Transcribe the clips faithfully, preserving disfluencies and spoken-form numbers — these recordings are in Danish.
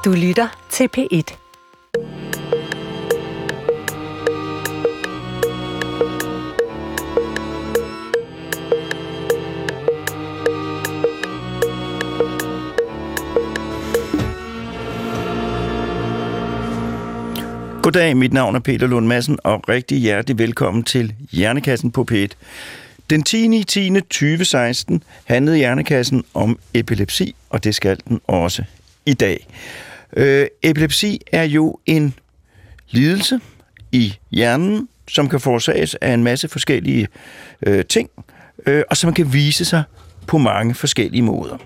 Du lytter til P et. Goddag, mit navn er Peter Lund Madsen, og rigtig hjertelig velkommen til Hjernekassen på P et. Den tiende oktober tyve seksten handlede Hjernekassen om epilepsi, og det skal den også i dag. Øh, epilepsi er jo en lidelse i hjernen, som kan forårsages af en masse forskellige øh, ting, øh, og som kan vise sig på mange forskellige måder.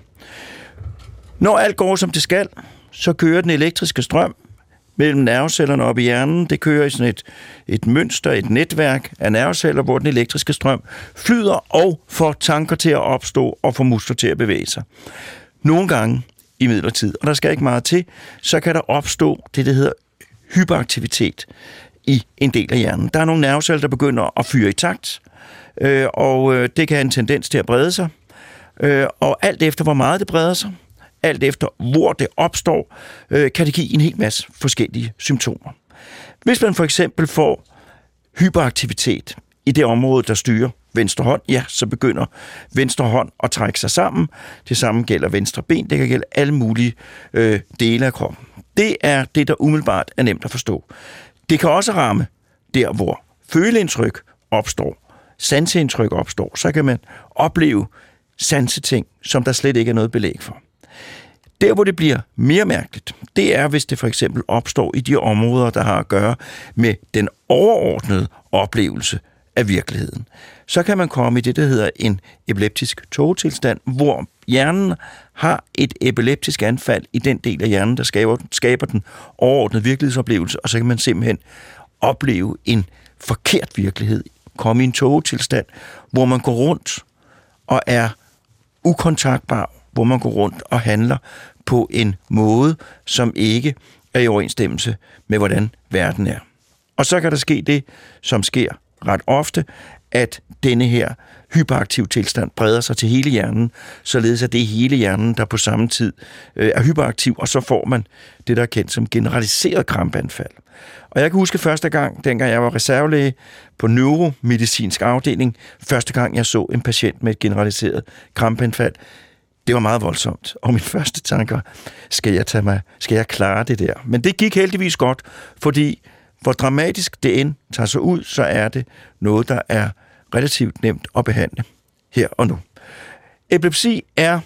Når alt går som det skal, så kører den elektriske strøm mellem nervecellerne op i hjernen. Det kører i sådan et, et mønster, et netværk af nerveceller, hvor den elektriske strøm flyder og får tanker til at opstå og får muskler til at bevæge sig. Nogle gange i midlertid, og der skal ikke meget til, så kan der opstå det, der hedder hyperaktivitet i en del af hjernen. Der er nogle nerveceller, der begynder at fyre i takt, øh, og øh, det kan have en tendens til at brede sig. Øh, og alt efter, hvor meget det breder sig, alt efter, hvor det opstår, øh, kan det give en hel masse forskellige symptomer. Hvis man for eksempel får hyperaktivitet i det område, der styrer venstre hånd, ja, så begynder venstre hånd at trække sig sammen. Det samme gælder venstre ben, det kan gælde alle mulige øh, dele af kroppen. Det er det, der umiddelbart er nemt at forstå. Det kan også ramme der, hvor føleindtryk opstår, sanseindtryk opstår, så kan man opleve sanseting, som der slet ikke er noget belæg for. Der, hvor det bliver mere mærkeligt, det er, hvis det for eksempel opstår i de områder, der har at gøre med den overordnede oplevelse af virkeligheden. Så kan man komme i det, der hedder en epileptisk tågetilstand, hvor hjernen har et epileptisk anfald i den del af hjernen, der skaber, skaber den overordnede virkelighedsoplevelse, og så kan man simpelthen opleve en forkert virkelighed, komme i en tågetilstand, hvor man går rundt og er ukontaktbar, hvor man går rundt og handler på en måde, som ikke er i overensstemmelse med, hvordan verden er. Og så kan der ske det, som sker ret ofte, at denne her hyperaktive tilstand breder sig til hele hjernen, således at det er hele hjernen, der på samme tid øh, er hyperaktiv, og så får man det, der er kendt som generaliseret krampeanfald. Og jeg kan huske første gang, dengang jeg var reservelæge på neuromedicinsk afdeling, første gang jeg så en patient med et generaliseret krampeanfald. Det var meget voldsomt, og min første tanke var, skal jeg, tage mig, skal jeg klare det der? Men det gik heldigvis godt, fordi hvor dramatisk det end tager sig ud, så er det noget, der er relativt nemt at behandle her og nu. Epilepsi er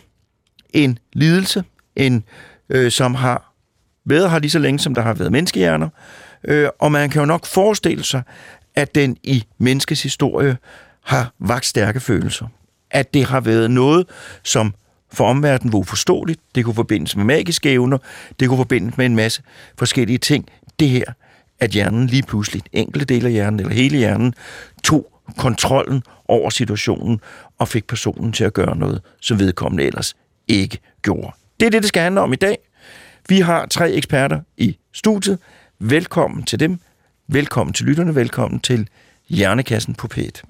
en lidelse, en, øh, som har været her lige så længe, som der har været menneskehjerner, øh, og man kan jo nok forestille sig, at den i menneskets historie har vakt stærke følelser. At det har været noget, som for omverdenen var uforståeligt, det kunne forbindes med magiske evner, det kunne forbindes med en masse forskellige ting. Det her, at hjernen lige pludselig, enkelte dele af hjernen eller hele hjernen, tog kontrollen over situationen og fik personen til at gøre noget, som vedkommende ellers ikke gjorde. Det er det, det skal handle om i dag. Vi har tre eksperter i studiet. Velkommen til dem. Velkommen til lytterne. Velkommen til Hjernekassen på P et.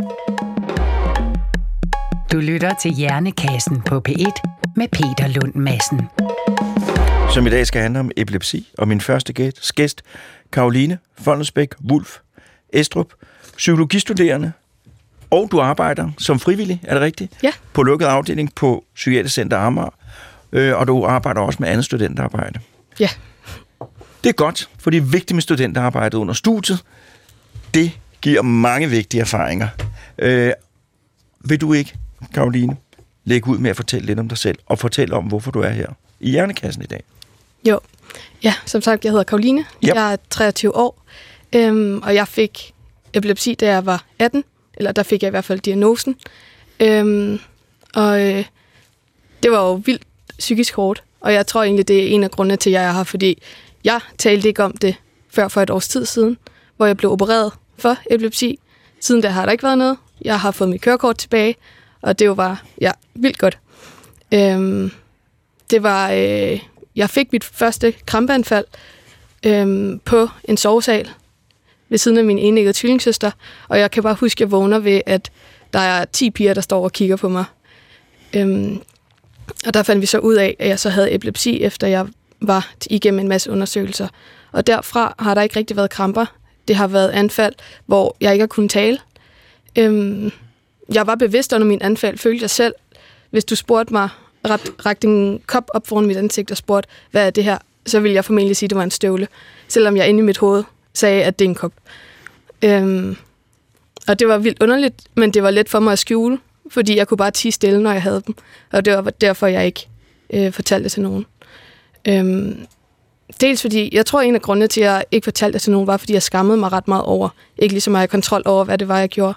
Du lytter til Hjernekassen på P et med Peter Lund Madsen. Som i dag skal handle om epilepsi, og min første gæst, Caroline Fonnesbæk Wulff Estrup, psykologistuderende, og du arbejder som frivillig, er det rigtigt? Ja. På lukket afdeling på Psykiatrisk Center Amager, øh, og du arbejder også med andet studentarbejde. Ja. Det er godt, for det er vigtigt med studentarbejde under studiet. Det giver mange vigtige erfaringer. Øh, vil du ikke, Caroline, lægge ud med at fortælle lidt om dig selv, og fortælle om, hvorfor du er her i Hjernekassen i dag? Jo. Ja, som sagt, jeg hedder Caroline. Yep. Jeg er treogtyve år, øhm, og jeg fik epilepsi, da jeg var atten. Eller der fik jeg i hvert fald diagnosen. Øhm, og øh, det var jo vildt psykisk hårdt. Og jeg tror egentlig, det er en af grundene til, at jeg er her, fordi jeg talte ikke om det før for et års tid siden, hvor jeg blev opereret for epilepsi. Siden da har der ikke været noget. Jeg har fået mit kørekort tilbage, og det var ja, vildt godt. Øhm, det var... Øh, jeg fik mit første krampeanfald øhm, på en sovesal ved siden af min enæggede tvillingsøster, og jeg kan bare huske, at jeg vågner ved, at der er ti piger, der står og kigger på mig. Øhm, og der fandt vi så ud af, at jeg så havde epilepsi, efter jeg var igennem en masse undersøgelser. Og derfra har der ikke rigtig været kramper. Det har været anfald, hvor jeg ikke har kunnet tale. Øhm, jeg var bevidst under min anfald, følte jeg selv. Hvis du spurgte mig, rakte en kop op foran mit ansigt og spurgte, hvad er det her, så ville jeg formentlig sige, at det var en støvle. Selvom jeg inde i mit hoved sagde, at det er en kop. Øhm, og det var vildt underligt, men det var let for mig at skjule, fordi jeg kunne bare tie stille, når jeg havde dem. Og det var derfor, jeg ikke øh, fortalte det til nogen. Øhm, dels fordi, jeg tror, en af grundene til, at jeg ikke fortalte det til nogen, var, fordi jeg skammede mig ret meget over. Ikke ligesom at jeg havde kontrol over, hvad det var, jeg gjorde.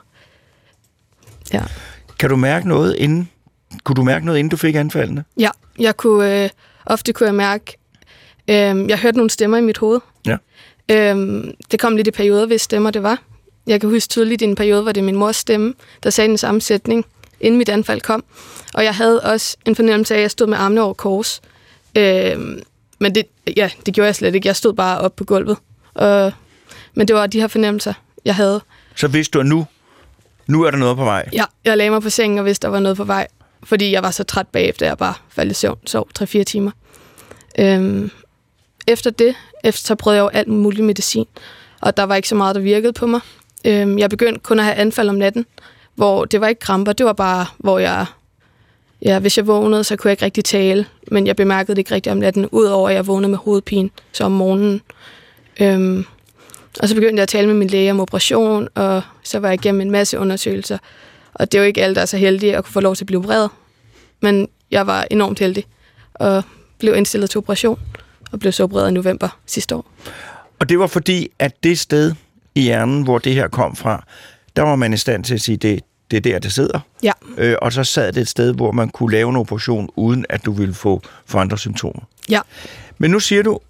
Ja. Kan du mærke noget inden? Kunne du mærke noget, inden du fik anfaldene? Ja, jeg kunne, øh, ofte kunne jeg mærke, øh, jeg hørte nogle stemmer i mit hoved. Ja. Øh, det kom lidt i perioder, hvis stemmer det var. Jeg kan huske tydeligt i en periode, hvor det er min mors stemme, der sagde den samme sætning, inden mit anfald kom. Og jeg havde også en fornemmelse af, at jeg stod med armene over kors. Øh, men det, ja, det gjorde jeg slet ikke. Jeg stod bare oppe på gulvet. Øh, men det var de her fornemmelser, jeg havde. Så vidste du, at nu, nu er der noget på vej? Ja, jeg lagde mig på sengen og vidste, der var noget på vej. Fordi jeg var så træt bagefter, jeg bare faldt i søvn, sov tre fire timer. Øhm, efter det, efter, så prøvede jeg jo alt muligt medicin, og der var ikke så meget, der virkede på mig. Øhm, jeg begyndte kun at have anfald om natten, hvor det var ikke kramper, det var bare, hvor jeg, ja, hvis jeg vågnede, så kunne jeg ikke rigtig tale, men jeg bemærkede det ikke rigtig om natten, udover at jeg vågnede med hovedpine, så om morgenen. Øhm, og så begyndte jeg at tale med min læge om operation, og så var jeg igennem en masse undersøgelser. Og det er jo ikke alle, der er så heldige at kunne få lov til at blive opereret. Men jeg var enormt heldig og blev indstillet til operation og blev så opereret i november sidste år. Og det var fordi, at det sted i hjernen, hvor det her kom fra, der var man i stand til at sige, det, det er der, det sidder. Ja. Øh, og så sad det et sted, hvor man kunne lave en operation, uden at du ville få for andre symptomer. Ja. Men nu siger du,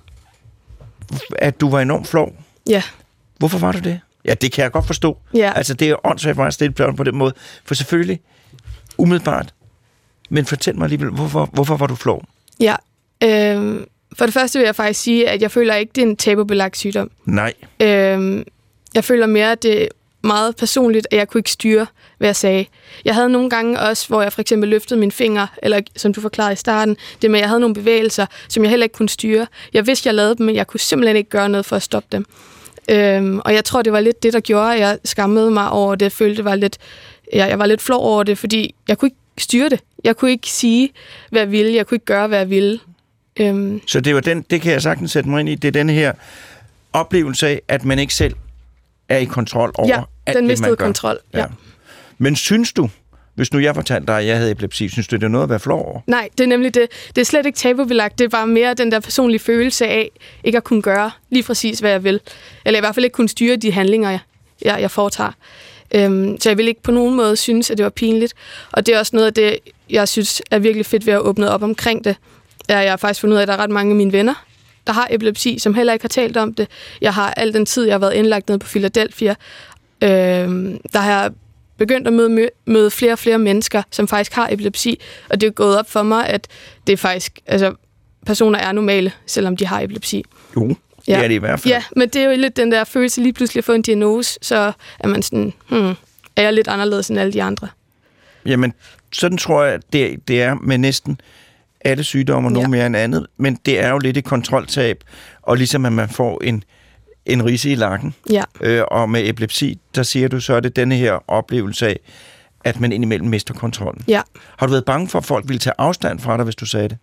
at du var enormt flov. Ja. Hvorfor var du det? Ja, det kan jeg godt forstå. Ja. Altså, det er åndssvagt for at stille børn på den måde. For selvfølgelig, umiddelbart. Men fortæl mig alligevel, hvorfor, hvorfor var du flov? Ja. Øhm, for det første vil jeg faktisk sige, at jeg føler ikke, det er en tabubelagt sygdom. Nej. Øhm, jeg føler mere, at det er meget personligt, at jeg kunne ikke styre, hvad jeg sagde. Jeg havde nogle gange også, hvor jeg for eksempel løftede mine fingre, eller som du forklarede i starten, det med, at jeg havde nogle bevægelser, som jeg heller ikke kunne styre. Jeg vidste, jeg lavede dem, men jeg kunne simpelthen ikke gøre noget for at stoppe dem. Øhm, og jeg tror, det var lidt det, der gjorde, at jeg skammede mig over det. Jeg følte, det var lidt, jeg, jeg var lidt flov over det, fordi jeg kunne ikke styre det. Jeg kunne ikke sige, hvad jeg ville. Jeg kunne ikke gøre, hvad jeg ville. Øhm. Så det var den, det kan jeg sagtens sætte mig ind i. Det er den her oplevelse af, at man ikke selv er i kontrol over ja, alt den det, man gør. kontrol. Ja. Ja. Men synes du, hvis nu jeg fortalte dig, at jeg havde epilepsi, synes du, det er noget at være flov over? Nej, det er nemlig det. Det er slet ikke tabubelagt. Det er bare mere den der personlige følelse af ikke at kunne gøre lige præcis, hvad jeg vil. Eller i hvert fald ikke kunne styre de handlinger, jeg, jeg, jeg foretager. Øhm, så jeg vil ikke på nogen måde synes, at det var pinligt. Og det er også noget af det, jeg synes er virkelig fedt ved at åbne op omkring det. Jeg har faktisk fundet ud af, at der er ret mange af mine venner, der har epilepsi, som heller ikke har talt om det. Jeg har al den tid, jeg har været indlagt nede på Philadelphia, øhm, der har jeg begyndt at møde, møde flere og flere mennesker, som faktisk har epilepsi, og det er gået op for mig, at det er faktisk, altså, personer er normale, selvom de har epilepsi. Jo, det ja. er det i hvert fald. Ja, men det er jo lidt den der følelse lige pludselig at få en diagnose, så er man sådan, hmm, er jeg lidt anderledes end alle de andre. Jamen, sådan tror jeg, det, det er med næsten alle sygdomme, og nogle ja. mere end andet, men det er jo lidt et kontroltab, og ligesom at man får en en ridse i lakken. Ja. Øh, og med epilepsi, der siger du, så er det denne her oplevelse af, at man indimellem mister kontrollen. Ja. Har du været bange for, at folk ville tage afstand fra dig, hvis du sagde det?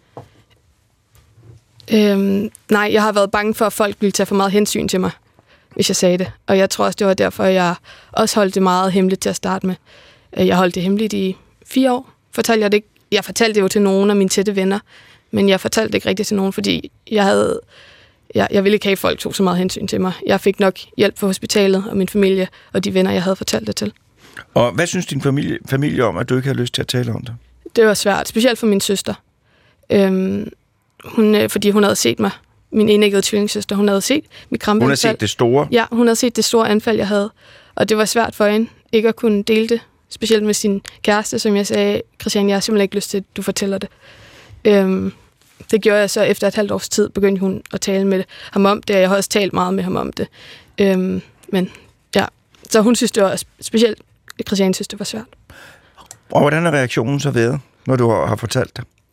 Øhm, nej, jeg har været bange for, at folk ville tage for meget hensyn til mig, hvis jeg sagde det. Og jeg tror også, det var derfor, jeg også holdt det meget hemmeligt til at starte med. Jeg holdt det hemmeligt i fire år. Fortalte jeg det ikke. Jeg fortalte det jo til nogle af mine tætte venner, men jeg fortalte det ikke rigtigt til nogen, fordi jeg havde... Jeg, jeg ville ikke have, at folk tog så meget hensyn til mig. Jeg fik nok hjælp fra hospitalet og min familie og de venner, jeg havde fortalt det til. Og hvad synes din familie, familie om, at du ikke har lyst til at tale om det? Det var svært, specielt for min søster. Øhm, hun, fordi hun havde set mig. Min enæggede tvillingesøster, hun havde set mit krampeanfald. Hun havde set det store? Ja, hun havde set det store anfald, jeg havde. Og det var svært for hende ikke at kunne dele det. Specielt med sin kæreste, som jeg sagde, Christian, jeg har simpelthen ikke lyst til, at du fortæller det. Øhm, Det gjorde jeg så efter et halvt års tid, begyndte hun at tale med ham om det, og jeg har også talt meget med ham om det. Øhm, men ja, så hun synes, det var specielt, Christian synes, det var svært. Og hvordan er reaktionen så været, når du har fortalt det?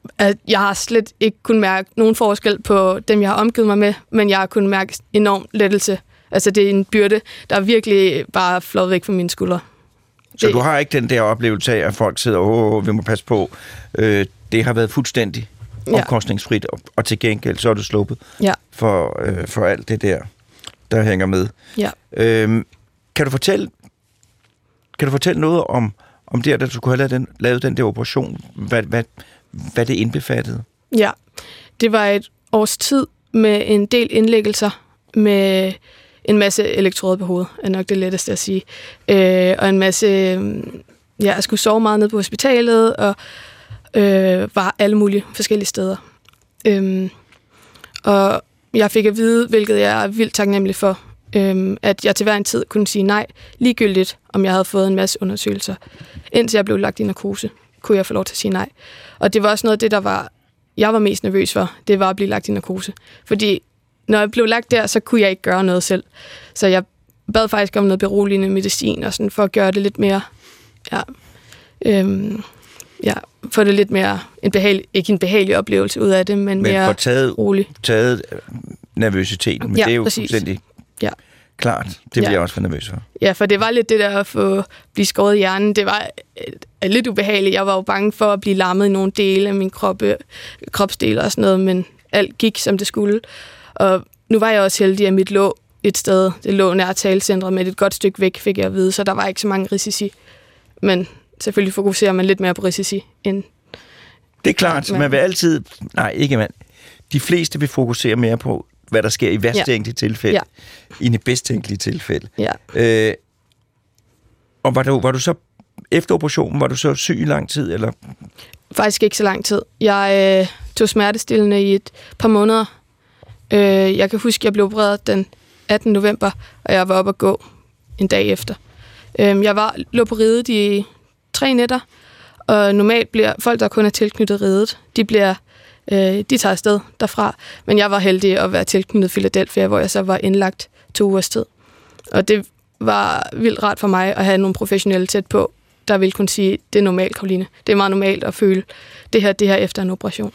at jeg har slet ikke kunnet mærke nogen forskel på dem, jeg har omgivet mig med, men jeg har kunnet mærke enorm lettelse. Altså, det er en byrde, der er virkelig bare flået væk fra mine skuldre. Så det, du har ikke den der oplevelse af, at folk sidder og åh, vi må passe på. Øh, det har været fuldstændig ja. omkostningsfrit, og, og til gengæld så er du sluppet ja. for, øh, for alt det der, der hænger med. Ja. Øh, kan du fortælle, kan du fortælle noget om, om det, da du skulle have lavet den, lavet den der operation, hvad, hvad, hvad det indbefattede? Ja, det var et års tid med en del indlæggelser, med en masse elektroder på hovedet, er nok det letteste at sige. Øh, og en masse... Ja, jeg skulle sove meget nede på hospitalet, og øh, var alle mulige forskellige steder. Øhm, og jeg fik at vide, hvilket jeg er vildt taknemmelig for, øhm, at jeg til hver en tid kunne sige nej, ligegyldigt, om jeg havde fået en masse undersøgelser. Indtil jeg blev lagt i narkose, kunne jeg få lov til at sige nej. Og det var også noget af det, der var, jeg var mest nervøs for, det var at blive lagt i narkose. Fordi når jeg blev lagt der, så kunne jeg ikke gøre noget selv. Så jeg bad faktisk om noget beroligende medicin, og sådan for at gøre det lidt mere, ja, øhm, ja, få det lidt mere, en behagelig, ikke en behagelig oplevelse ud af det, men, men mere taget, rolig. taget nervøsiteten, men ja, det er jo præcis. fuldstændig ja. klart. Det vil ja. jeg også være nervøs for. Ja, for det var lidt det der at få blive skåret i hjernen. Det var uh, lidt ubehageligt. Jeg var jo bange for at blive lammet i nogle dele af min krop, kropsdele og sådan noget, men alt gik, som det skulle. Og nu var jeg også heldig, at mit lå et sted. Det lå nær talcentret, men et godt stykke væk, fik jeg at vide, så der var ikke så mange risici. Men selvfølgelig fokuserer man lidt mere på risici end... Det er klart, man, man vil altid... Nej, ikke mand. De fleste vil fokusere mere på, hvad der sker i værst tænkelige ja. tilfælde, ja. i det bedst tænkelige tilfælde. Ja. Øh, og var du, var du så... Efter operationen, var du så syg i lang tid, eller? Faktisk ikke så lang tid. Jeg øh, tog smertestillende i et par måneder. Øh, jeg kan huske, at jeg blev opereret den attende november, og jeg var oppe at gå en dag efter. Øh, jeg var, lå på ridet i tre nætter, og normalt bliver folk, der kun er tilknyttet ridet, de bliver øh, de tager afsted derfra. Men jeg var heldig at være tilknyttet Philadelphia, hvor jeg så var indlagt to ugers tid. Og det var vildt rart for mig at have nogle professionelle tæt på, der ville kunne sige, det er normalt, Karoline. Det er meget normalt at føle det her, det her efter en operation.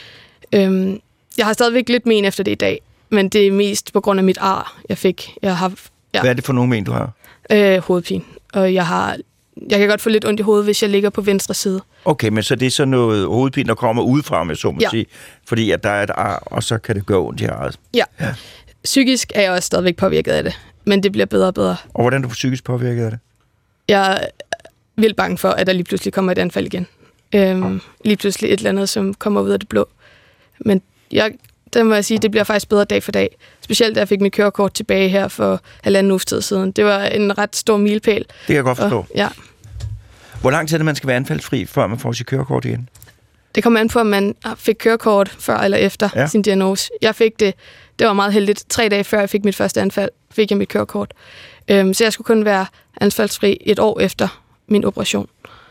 Øhm, jeg har stadigvæk lidt men efter det i dag, men det er mest på grund af mit ar, jeg fik. Jeg har, ja, Hvad er det for nogle men, du har? Øh, hovedpine. Og jeg har, jeg kan godt få lidt ondt i hovedet, hvis jeg ligger på venstre side. Okay, men så det er så noget hovedpine, der kommer udefra, med så må ja. sige, fordi at der er et ar, og så kan det gå ondt i arret. Ja. ja. Psykisk er jeg også stadigvæk påvirket af det, men det bliver bedre og bedre. Og hvordan er du psykisk påvirket af det? Jeg er vildt bange for, at der lige pludselig kommer et anfald igen. Øhm, lige pludselig et eller andet, som kommer ud af det blå. Men jeg, der må jeg sige, det bliver faktisk bedre dag for dag. Specielt da jeg fik mit kørekort tilbage her for halvanden uges tid siden. Det var en ret stor milepæl. Det kan jeg godt forstå. Og, ja. Hvor lang tid er det, man skal være anfaldsfri, før man får sit kørekort igen? Det kommer an på, om man fik kørekort før eller efter ja. sin diagnose. Jeg fik det, det var meget heldigt. Tre dage før jeg fik mit første anfald, fik jeg mit kørekort. Øhm, så jeg skulle kun være anfaldsfri et år efter min operation.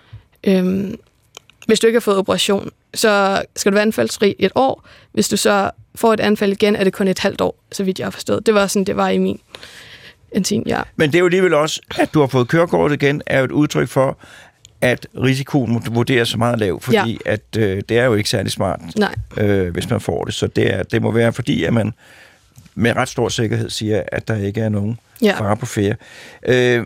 Øhm, hvis du ikke har fået operation, så skal du være anfaldsfri et år. Hvis du så får et anfald igen, er det kun et halvt år, så vidt jeg har forstået. Det var sådan, det var i min intim, ja. Men det er jo alligevel også, at du har fået kørekort igen, er jo et udtryk for, at risikoen vurderes så meget lav, fordi ja. at øh, det er jo ikke særlig smart, øh, hvis man får det. Så det, er, det må være, fordi at man med ret stor sikkerhed siger, at der ikke er nogen ja. fare på færde. Øh,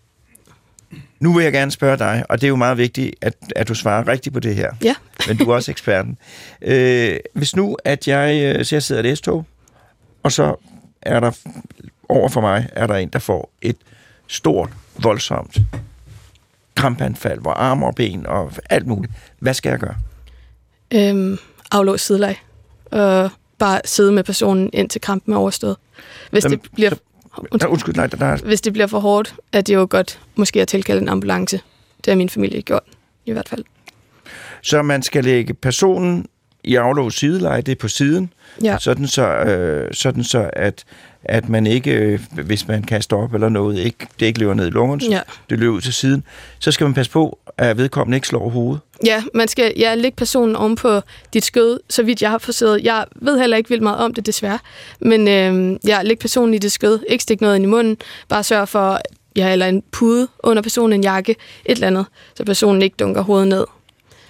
nu vil jeg gerne spørge dig, og det er jo meget vigtigt, at, at du svarer rigtigt på det her. Ja. Men du er også eksperten. Øh, hvis nu, at jeg, så jeg sidder i et S-tog, og så er der over for mig, er der en, der får et stort, voldsomt krampeanfald, hvor arme og ben og alt muligt. Hvad skal jeg gøre? Øhm, aflås sideleg. Og bare sidde med personen indtil krampen er overstået. Hvis Jamen, det bliver... Så, undskyld, undskyld, nej, der er... Hvis det bliver for hårdt, er det jo godt måske at tilkalde en ambulance. Det har min familie gjort, i hvert fald. Så man skal lægge personen i aflås sideleje, det er på siden, ja. sådan så, øh, sådan så at, at man ikke, øh, hvis man kaster op eller noget, ikke, det ikke løber ned i lungerne, ja. det løber ud til siden. Så skal man passe på, at vedkommende ikke slår hovedet. Ja, man skal ja, lægge personen oven på dit skød, så vidt jeg har forsøgt. Jeg ved heller ikke vildt meget om det, desværre. Men øh, ja, læg personen i det skød. Ikke stik noget ind i munden. Bare sørg for, ja, eller en pude under personen, en jakke, et eller andet, så personen ikke dunker hovedet ned.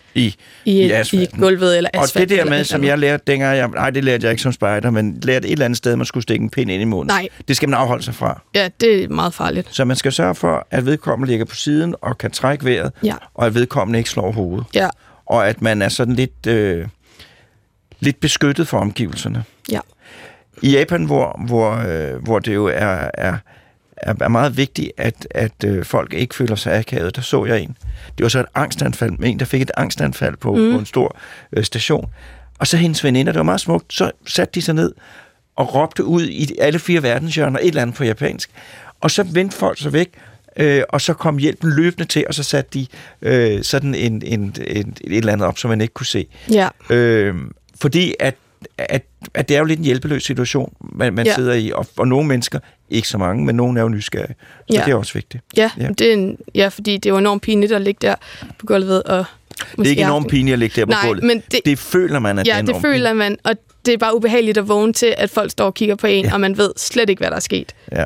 I, i, i asfalten. I gulvet eller asfalt. Og det der med, som jeg lærte dengang, jeg, nej, det lærte jeg ikke som spejder, men lærte et eller andet sted, man skulle stikke en pind ind i munden. Nej. Det skal man afholde sig fra. Ja, det er meget farligt. Så man skal sørge for, at vedkommende ligger på siden og kan trække vejret, ja. og at vedkommende ikke slår hovedet. Ja. Og at man er sådan lidt, øh, lidt beskyttet for omgivelserne. Ja. I Japan, hvor, hvor, øh, hvor det jo er, er, er meget vigtigt, at, at øh, folk ikke føler sig akavet, der så jeg en. Det var så et angstanfald med en, der fik et angstanfald på, mm. på en stor øh, station. Og så hendes veninder, det var meget smukt, så satte de sig ned og råbte ud i alle fire verdenshjørner et eller andet på japansk. Og så vendte folk sig væk, øh, og så kom hjælpen løbende til, og så satte de øh, sådan en, en, en, et eller andet op, som man ikke kunne se. Ja. Øh, fordi at, at, at det er jo lidt en hjælpeløs situation, man, man ja. sidder i, og, og nogle mennesker, ikke så mange, men nogle er jo nysgerrige. Så ja. det er også vigtigt. Ja, ja. Det er en, ja, fordi det er jo enormt pinligt at ligge der på gulvet. Og det er ikke enormt pinligt at ligge der på Nej, gulvet. Men det, det føler man, at ja, det er det føler man, og det er bare ubehageligt at vågne til, at folk står og kigger på en, ja. og man ved slet ikke, hvad der er sket. Ja.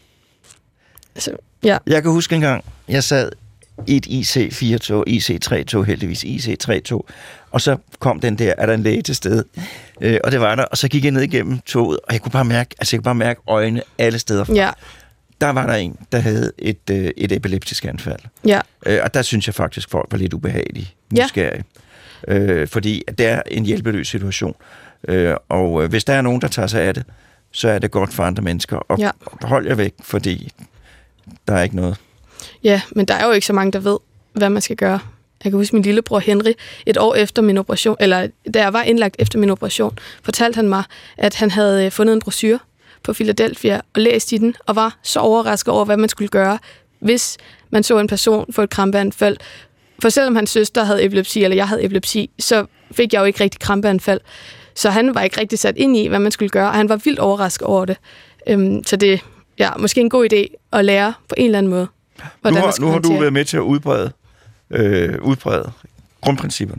Så, ja. Jeg kan huske engang, jeg sad i et I C fire-tog, I C tre-tog heldigvis, I C tre-tog, og så kom den der, er der en læge til stede? Øh, og det var der, og så gik jeg ned igennem toget, og jeg kunne bare mærke, altså jeg kunne bare mærke øjne alle steder fra. Ja. Der var der en, der havde et, øh, et epileptisk anfald. Ja. Øh, og der synes jeg faktisk, folk var lidt ubehagelige, nysgerrige. Ja. Øh, fordi det er en hjælpeløs situation. Øh, og øh, hvis der er nogen, der tager sig af det, så er det godt for andre mennesker. Og ja. hold jer væk, fordi der er ikke noget. Ja, men der er jo ikke så mange, der ved, hvad man skal gøre. Jeg kan huske, min lillebror Henry, et år efter min operation, eller da jeg var indlagt efter min operation, fortalte han mig, at han havde fundet en brochure på Philadelphia og læst i den, og var så overrasket over, hvad man skulle gøre, hvis man så en person få et krampeanfald. For selvom hans søster havde epilepsi, eller jeg havde epilepsi, så fik jeg jo ikke rigtig krampeanfald. Så han var ikke rigtig sat ind i, hvad man skulle gøre, og han var vildt overrasket over det. Øhm, så det er ja, måske en god idé at lære på en eller anden måde. Nu har, nu har du været med til at udbrede, øh, udbrede grundprincipperne.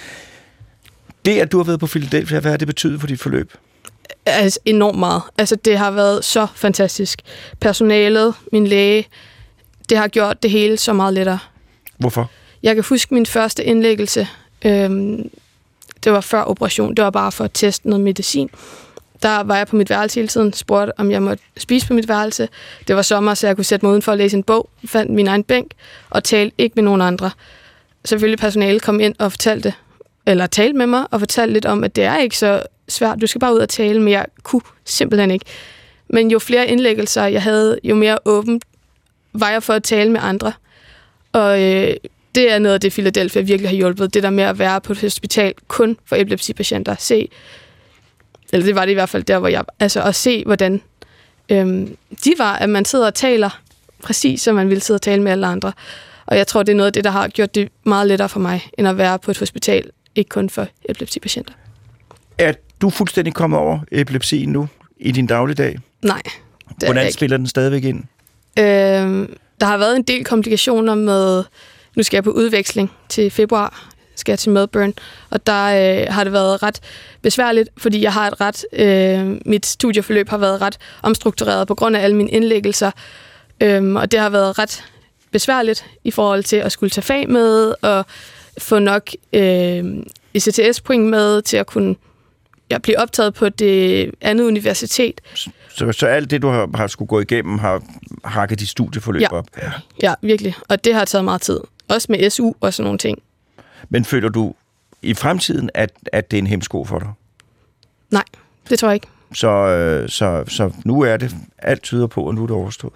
Det, at du har været på Philadelphia, hvad har det betydet for dit forløb? Altså enormt meget. Altså det har været så fantastisk. Personalet, min læge, det har gjort det hele så meget lettere. Hvorfor? Jeg kan huske min første indlæggelse. Øhm, det var før operation. Det var bare for at teste noget medicin. Der var jeg på mit værelse hele tiden, spurgte, om jeg måtte spise på mit værelse. Det var sommer, så jeg kunne sætte mig udenfor og læse en bog, fandt min egen bænk og talte ikke med nogen andre. Selvfølgelig personalet kom ind og fortalte, eller talte med mig og fortalte lidt om, at det er ikke så svært. Du skal bare ud og tale, men jeg kunne simpelthen ikke. Men jo flere indlæggelser jeg havde, jo mere åbent var jeg for at tale med andre. Og øh, det er noget af det, Philadelphia virkelig har hjulpet. Det der med at være på et hospital kun for epilepsipatienter. Se, eller det var det i hvert fald der, hvor jeg... Altså at se, hvordan øhm, de var, at man sidder og taler præcis, som man ville sidde og tale med alle andre. Og jeg tror, det er noget af det, der har gjort det meget lettere for mig, end at være på et hospital, ikke kun for epilepsipatienter. Er du fuldstændig kommet over epilepsien nu i din dagligdag? Nej. Hvordan spiller den stadigvæk ind? Øhm, der har været en del komplikationer med... Nu skal jeg på udveksling til februar, skal jeg til Melbourne, og der øh, har det været ret besværligt, fordi jeg har et ret... Øh, mit studieforløb har været ret omstruktureret på grund af alle mine indlæggelser, øhm, og det har været ret besværligt i forhold til at skulle tage fag med, og få nok øh, E C T S-point med til at kunne ja, blive optaget på det andet universitet. Så, så alt det, du har, har skulle gå igennem, har hakket dit studieforløb ja. op? Ja. ja, virkelig. Og det har taget meget tid. Også med S U og sådan nogle ting. Men føler du i fremtiden, at, at det er en hemsko for dig? Nej, det tror jeg ikke. Så, øh, så, så nu er det, alt tyder på, og nu er det overstået?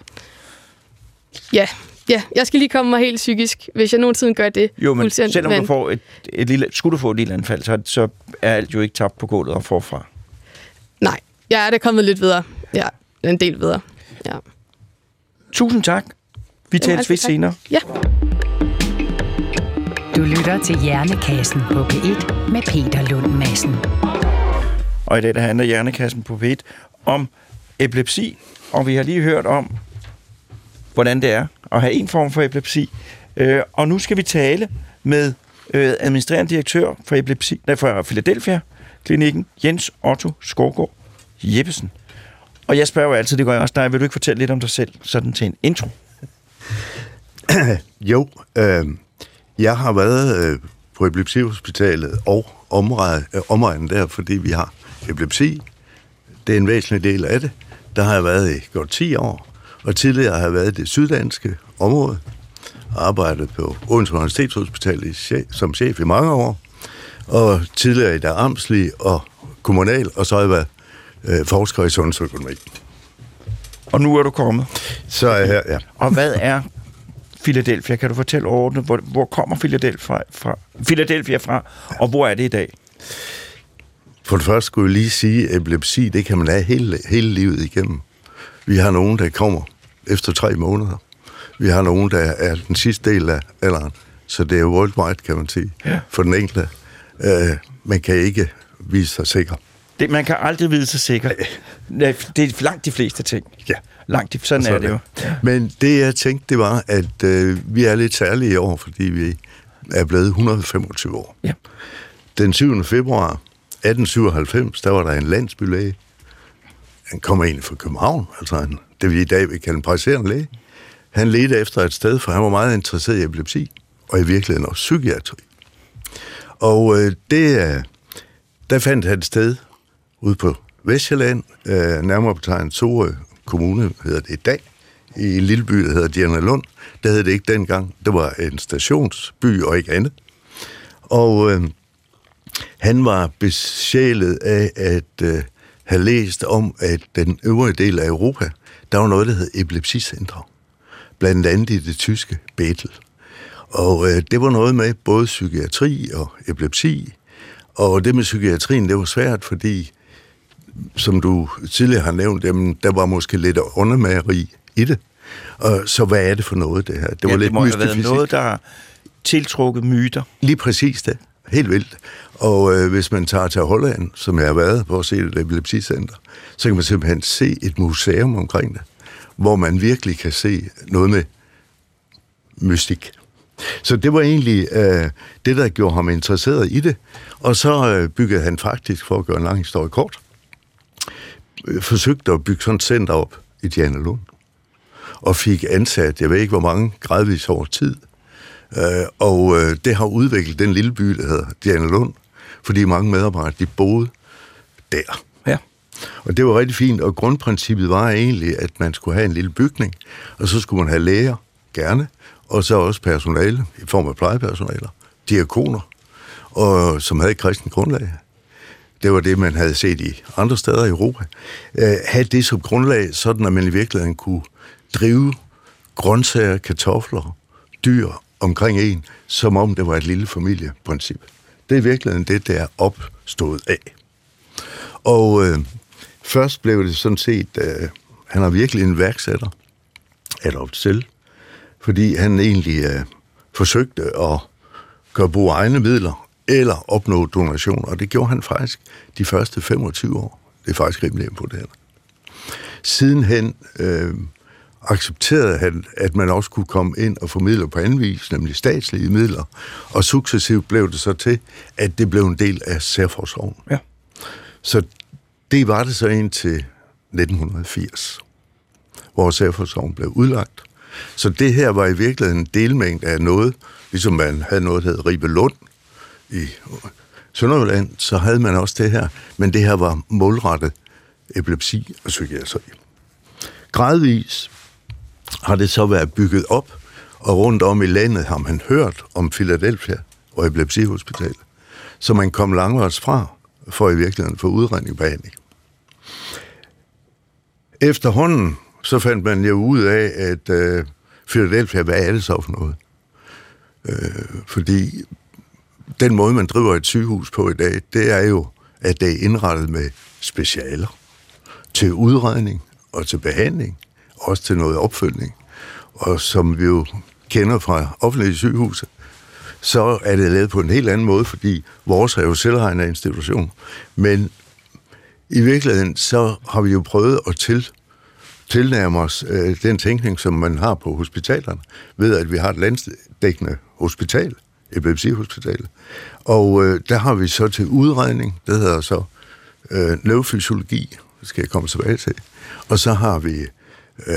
Ja, ja. Jeg skal lige komme mig helt psykisk, hvis jeg nogensinde gør det. Jo, men selvom du får et, et lille, skulle du få et lille anfald, så, så er alt jo ikke tabt på gulvet og forfra. Nej, jeg er da kommet lidt videre. Ja, en del videre. Ja. Tusind tak. Vi tales ved senere. Ja. Du lytter til Hjernekassen på P et med Peter Lund Madsen. Og i dag der handler Hjernekassen på P et om epilepsi, og vi har lige hørt om, hvordan det er at have en form for epilepsi. Øh, og nu skal vi tale med øh, administrerende direktør for epilepsi, nej, for Philadelphia-klinikken, Jens Otto Skovgaard Jeppesen. Og jeg spørger jo altid, det gør jeg også dig, vil du ikke fortælle lidt om dig selv, sådan til en intro? Jo, øh, jeg har været øh, på Epilepsihospitalet og omegnen der, fordi vi har epilepsi. Det er en væsentlig del af det. Der har jeg været i godt ti år, og tidligere har jeg været i det syddanske område, arbejdet på Odense Universitetshospital som chef i mange år, og tidligere i der amtslige og kommunal, og så har jeg været øh, forsker i sundhedsøkonomi. Og nu er du kommet. Så er jeg her, ja. Og hvad er Philadelphia? Kan du fortælle ordentligt, hvor, hvor kommer Philadelphia fra, Philadelphia fra, og hvor er det i dag? For det første skulle jeg lige sige, at epilepsi, det kan man have hele, hele livet igennem. Vi har nogen, der kommer efter tre måneder. Vi har nogen, der er den sidste del af alderen. Så det er jo worldwide, kan man sige, ja. For den enkelte. Uh, man kan ikke vise sig sikker. Det, man kan aldrig vide sig sikker. Det er langt de fleste ting. Ja. Langt de, sådan, sådan er det jo. Ja. Men det, jeg tænkte, det var, at uh, vi er lidt særlige i år, fordi vi er blevet et hundrede og femogtyve år. Ja. Den syvende februar atten syvoghalvfems, der var der en landsbylæge. Han kommer egentlig fra København, altså en, det vi i dag vil kalde en praktiserende læge. Han ledte efter et sted, for han var meget interesseret i epilepsi, og i virkeligheden også psykiatri. Og øh, det, der fandt han et sted ude på Vestsjælland, øh, nærmere betegnet Sorø Kommune, hedder det i dag, i en lille by, der hedder Dianalund. Der hed det ikke dengang. Det var en stationsby og ikke andet. Og øh, han var besjælet af at øh, have læst om, at den øvrige del af Europa, der var noget, der hed epilepsicentre. Blandt andet i det tyske Bethel. Og øh, det var noget med både psykiatri og epilepsi. Og det med psykiatrien, det var svært, fordi, som du tidligere har nævnt, jamen, der var måske lidt undermageri i det. Og så hvad er det for noget, det her? Det, var ja, lidt det må have været noget, der tiltrukket myter. Lige præcis det. Helt vildt. Og øh, hvis man tager til Holland, som jeg har været på at se et epilepsicenter, så kan man simpelthen se et museum omkring det, hvor man virkelig kan se noget med mystik. Så det var egentlig øh, det, der gjorde ham interesseret i det. Og så øh, byggede han faktisk, for at gøre en lang historie kort, øh, forsøgte at bygge sådan et center op i Dianalund. Og fik ansat, jeg ved ikke hvor mange, gradvis over tid. Øh, og øh, det har udviklet den lille by, der hedder Dianalund, fordi mange medarbejdere, de boede der. Ja. Og det var rigtig fint, og grundprincippet var egentlig, at man skulle have en lille bygning, og så skulle man have læger, gerne, og så også personale, i form af plejepersonaler, diakoner, og, som havde et kristent grundlag. Det var det, man havde set i andre steder i Europa. Øh, have det som grundlag, sådan at man i virkeligheden kunne drive grøntsager, kartofler, dyr omkring en, som om det var et lille familieprincip. Det er i virkeligheden det, der er opstået af. Og øh, først blev det sådan set, øh, han er virkelig en værksætter, Adolf selv, fordi han egentlig øh, forsøgte at gøre brug af egne midler, eller opnå donationer, og det gjorde han faktisk de første femogtyve år. Det er faktisk rimelig imponerende. Sidenhen øh, accepterede han, at man også kunne komme ind og få midler på anden vis, nemlig statslige midler, og successivt blev det så til, at det blev en del af særforsorgen. Ja. Så det var det så indtil nitten firs, hvor særforsorgen blev udlagt. Så det her var i virkeligheden en delmængde af noget, ligesom man havde noget, der hed Ribelund i Sønderjylland, så havde man også det her, men det her var målrettet epilepsi og psykiatri. Gradvis har det så været bygget op, og rundt om i landet har man hørt om Philadelphia og Epilepsihospitalet, så man kom langvejs fra for i virkeligheden for udredning og behandling. Efterhånden så fandt man jo ud af, at øh, Philadelphia, hvad er det så for noget? Øh, fordi den måde, man driver et sygehus på i dag, det er jo, at det er indrettet med specialer til udredning og til behandling, også til noget opfølgning. Og som vi jo kender fra offentlige sygehuse, så er det lavet på en helt anden måde, fordi vores er jo selvejende institution. Men i virkeligheden, så har vi jo prøvet at til, tilnærme os øh, den tænkning, som man har på hospitalerne, ved at vi har et landsdækkende hospital, epilepsihospitalet. Og øh, der har vi så til udredning, det hedder så øh, neurofysiologi, det skal jeg komme tilbage til. Og så har vi øh,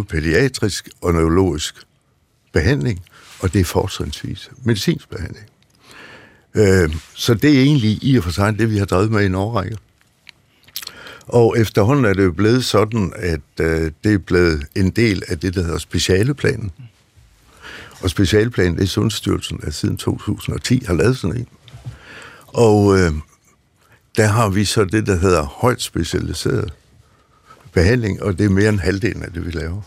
neuropædiatrisk og neurologisk behandling, og det er fortrinsvis medicinsk behandling. Øh, så det er egentlig i og for sig det, vi har drevet med i en årrække. Og efterhånden er det jo blevet sådan, at øh, det er blevet en del af det, der hedder specialeplanen. Og specialplanen, det er Sundhedsstyrelsen, der siden to tusind og ti har lavet sådan en. Og øh, der har vi så det, der hedder højt specialiseret behandling, og det er mere end halvdelen af det, vi laver.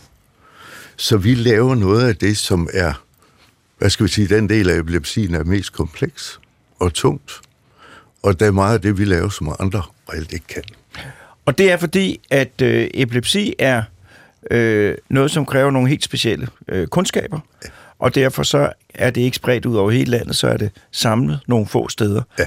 Så vi laver noget af det, som er, hvad skal vi sige, den del af epilepsien er mest kompleks og tungt. Og der er meget af det, vi laver, som andre reelt ikke kan. Og det er fordi, at øh, epilepsi er øh, noget, som kræver nogle helt specielle øh, kundskaber, ja. Og derfor så er det ikke spredt ud over hele landet, så er det samlet nogle få steder. Ja.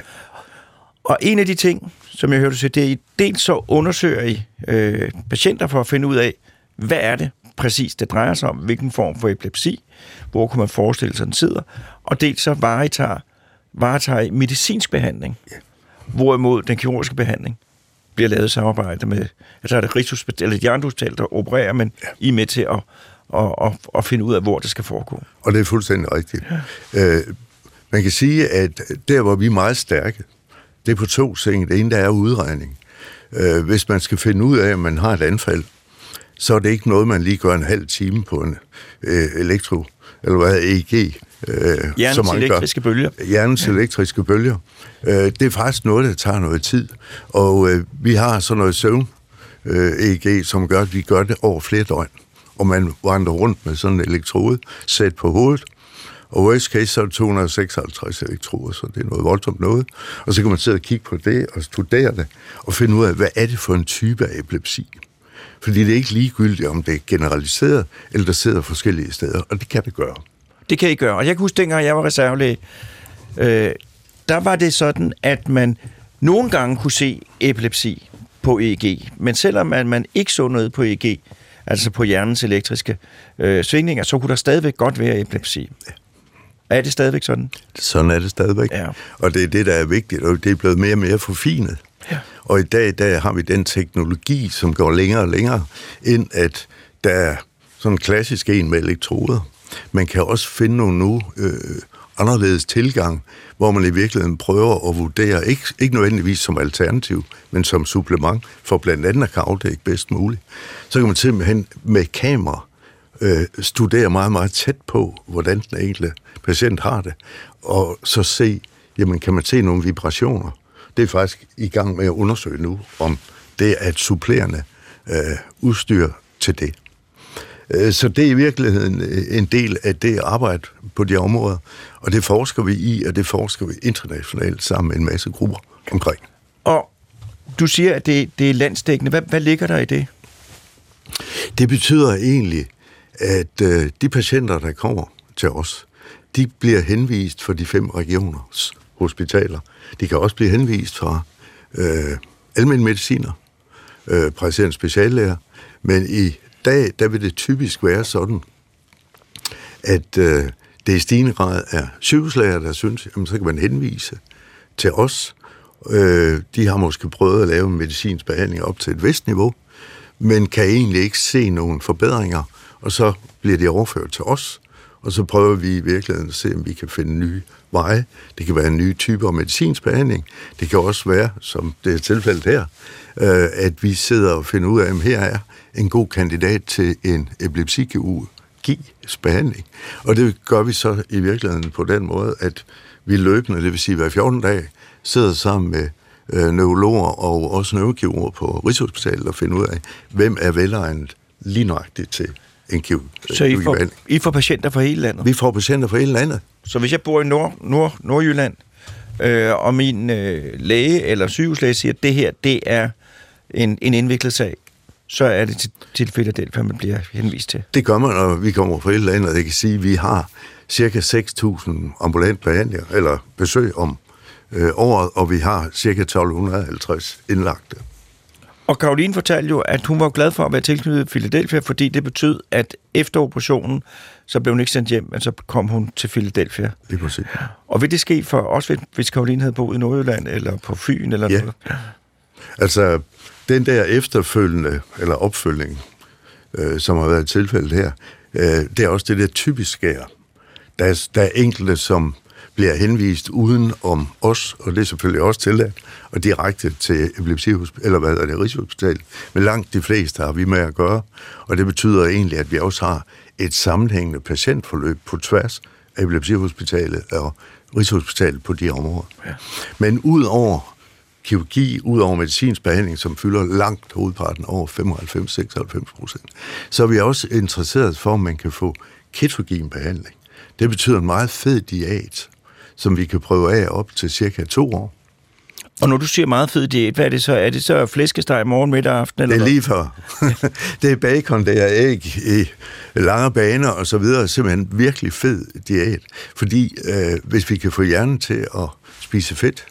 Og en af de ting, som jeg hørte sige, det er, I dels så undersøger I øh, patienter for at finde ud af, hvad er det præcis, det drejer sig om, hvilken form for epilepsi, hvor kunne man forestille sig, den sidder, og dels så varetager, varetager I medicinsk behandling, ja. Hvorimod den kirurgiske behandling bliver lavet i samarbejde med, altså er det Rigshospital, eller et hjernehospital, der opererer, men ja. I er med til at, at, at, at finde ud af, hvor det skal foregå. Og det er fuldstændig rigtigt. Ja. Øh, man kan sige, at der, hvor vi er meget stærke, det er på to ting. Det ene, der er udregning. Øh, hvis man skal finde ud af, at man har et anfald, så er det ikke noget, man lige gør en halv time på en øh, elektro, eller hvad E E G. Øh, Hjernens elektriske bølger. Hjernens elektriske bølger. Øh, det er faktisk noget, der tager noget tid. Og øh, vi har sådan noget søvn øh, E E G, som gør, at vi gør det over flere døgn. Og man vandrer rundt med sådan en elektrode sæt på hovedet. Og worst case, så er det to hundrede og seksoghalvtreds elektroder, så det er noget voldsomt noget. Og så kan man sidde og kigge på det og studere det, og finde ud af, hvad er det for en type af epilepsi. Fordi det er ikke ligegyldigt, om det er generaliseret, eller der sidder forskellige steder, og det kan det gøre. Det kan I gøre. Og jeg kan huske, dengang jeg var reservelæge, øh, der var det sådan, at man nogle gange kunne se epilepsi på E E G, men selvom man ikke så noget på E E G, altså på hjernens elektriske øh, svingninger, så kunne der stadigvæk godt være epilepsi. Ja. Er det stadigvæk sådan? Sådan er det stadigvæk. Ja. Og det er det, der er vigtigt, og det er blevet mere og mere forfinet. Ja. Og i dag, der har vi den teknologi, som går længere og længere, ind at der er sådan en klassisk en med elektroder. Man kan også finde nogle nu øh, anderledes tilgang, hvor man i virkeligheden prøver at vurdere, ikke, ikke nødvendigvis som alternativ, men som supplement, for blandt andet at kan afdække bedst muligt. Så kan man simpelthen med kamera øh, studere meget, meget tæt på, hvordan den enkelte patient har det, og så se, jamen kan man se nogle vibrationer. Det er faktisk i gang med at undersøge nu, om det er et supplerende øh, udstyr til det. Så det er i virkeligheden en del af det arbejde på de områder, og det forsker vi i, og det forsker vi internationalt sammen med en masse grupper omkring. Og du siger, at det, det er landsdækkende. Hvad, hvad ligger der i det? Det betyder egentlig, at øh, de patienter, der kommer til os, de bliver henvist fra de fem regioners hospitaler. De kan også blive henvist fra øh, almen mediciner, øh, praktiserende speciallæger, men i dag, der vil det typisk være sådan, at øh, det i stigende grad er sygehuslæger, der synes, jamen, så kan man henvise til os. Øh, de har måske prøvet at lave en medicinsk behandling op til et vist niveau, men kan egentlig ikke se nogen forbedringer, og så bliver de overført til os, og så prøver vi i virkeligheden at se, om vi kan finde nye veje. Det kan være en ny type af medicinsk behandling. Det kan også være, som det er tilfældet her, øh, at vi sidder og finder ud af, at her er en god kandidat til en epilepsikirurgisk behandling. Og det gør vi så i virkeligheden på den måde, at vi løbende, det vil sige hver fjorten dage, sidder sammen med øh, neurologer og også neurokirurger på Rigshospitalet og finder ud af, hvem er velegnet lige nøjagtigt til en kirurgisk behandling. Så I får, I får patienter fra hele landet? Vi får patienter fra hele landet. Så hvis jeg bor i Nord, Nord, Nordjylland, øh, og min øh, læge eller sygehuslæge siger, at det her, det er en, en indviklet sag, så er det til, til Philadelphia, man bliver henvist til. Det gør man, når vi kommer fra hele landet, og det kan sige, at vi har cirka seks tusind ambulant behandlinger, eller besøg om øh, året, og vi har cirka tolv halvtreds indlagte. Og Caroline fortalte jo, at hun var glad for at være tilknyttet Philadelphia, fordi det betød, at efter operationen, så blev hun ikke sendt hjem, men så kom hun til Philadelphia. Det er præcis. Og vil det ske for os, hvis Caroline havde boet i Nordjylland, eller på Fyn, eller ja. noget? Altså, den der efterfølgende, eller opfølgning, øh, som har været tilfældet her, øh, det er også det der typisk sker. Der er, der er enkelte, som bliver henvist uden om os, og det er selvfølgelig også tilladt, og direkte til epilepsihospitalet, eller hvad hedder det, Rigshospitalet. Men langt de fleste har vi med at gøre, og det betyder egentlig, at vi også har et sammenhængende patientforløb på tværs af Epilepsihospitalet og Rigshospitalet på de områder. Ja. Men ud over kirurgi, ud over medicinsk behandling, som fylder langt hovedparten over femoghalvfems til seksoghalvfems procent, så er vi også interesseret for, om man kan få ketogen behandling. Det betyder en meget fed diæt, som vi kan prøve af op til cirka to år. Og når du siger meget fed diæt, hvad er det så? Er det så flæskesteg morgen, middag og aften? Eller det er lige for. Det er bacon, det er æg i lange baner og så videre. Simpelthen virkelig fed diæt. Fordi øh, hvis vi kan få hjernen til at spise fedt,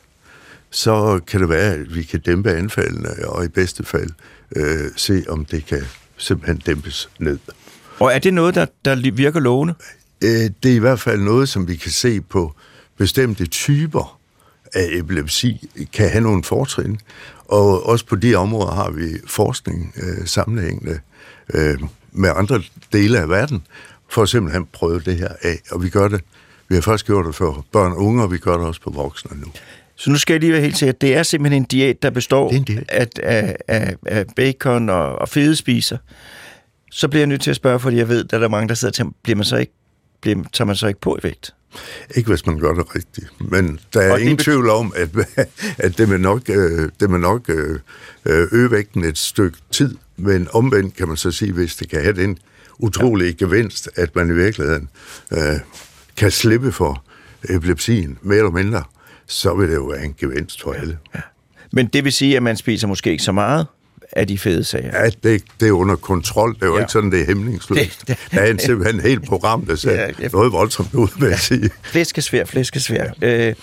så kan det være, at vi kan dæmpe anfaldene, og i bedste fald øh, se, om det kan simpelthen dæmpes ned. Og er det noget, der, der virker lovende? Øh, det er i hvert fald noget, som vi kan se på bestemte typer af epilepsi, kan have nogle fortrin. Og også på de områder har vi forskning øh, sammenhængende øh, med andre dele af verden, for at simpelthen prøve det her af. Og vi gør det. Vi har først gjort det for børn og unge, og vi gør det også på voksne nu. Så nu skal jeg lige være helt sikker, det er simpelthen en diæt, der består af, af, af, af bacon og, og fede spiser. Så bliver jeg nødt til at spørge, fordi jeg ved, at der er mange, der sidder til, bliver man så ikke, bliver, tager man så ikke på i vægt? Ikke hvis man gør det rigtigt. Men der er ingen bet- tvivl om, at, at det vil nok, det vil nok øge vægten et stykke tid. Men omvendt kan man så sige, hvis det kan have den utrolige ja. gevinst, at man i virkeligheden øh, kan slippe for epilepsien, mere eller mindre, så vil det jo være en gevinst for alle. Ja. Men det vil sige, at man spiser måske ikke så meget af de fede sager? Ja, det, det er under kontrol. Det er jo ja. ikke sådan, det er hæmningsløst. Der er en simpelthen et helt program, der ser ja, noget voldsomt ud, vil jeg sige. Flæskesvær, flæskesvær. Øh,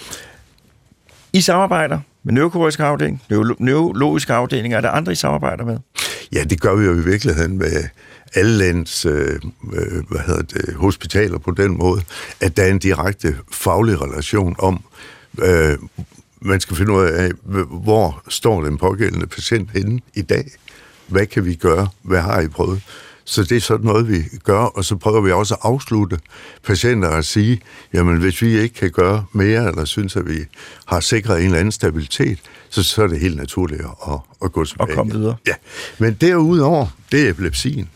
I samarbejder med neurokirurgisk afdeling, neurologisk afdeling. Er der andre, I samarbejder med? Ja, det gør vi jo i virkeligheden med alle landets øh, hvad hedder det, hospitaler på den måde, at der er en direkte faglig relation om, øh, man skal finde ud af, hvor står den pågældende patient henne i dag? Hvad kan vi gøre? Hvad har I prøvet? Så det er sådan noget, vi gør, og så prøver vi også at afslutte patienter og sige, jamen hvis vi ikke kan gøre mere, eller synes, at vi har sikret en eller anden stabilitet, så, så er det helt naturligt at, at gå tilbage. Og komme videre. Ja, men derudover, det er epilepsien.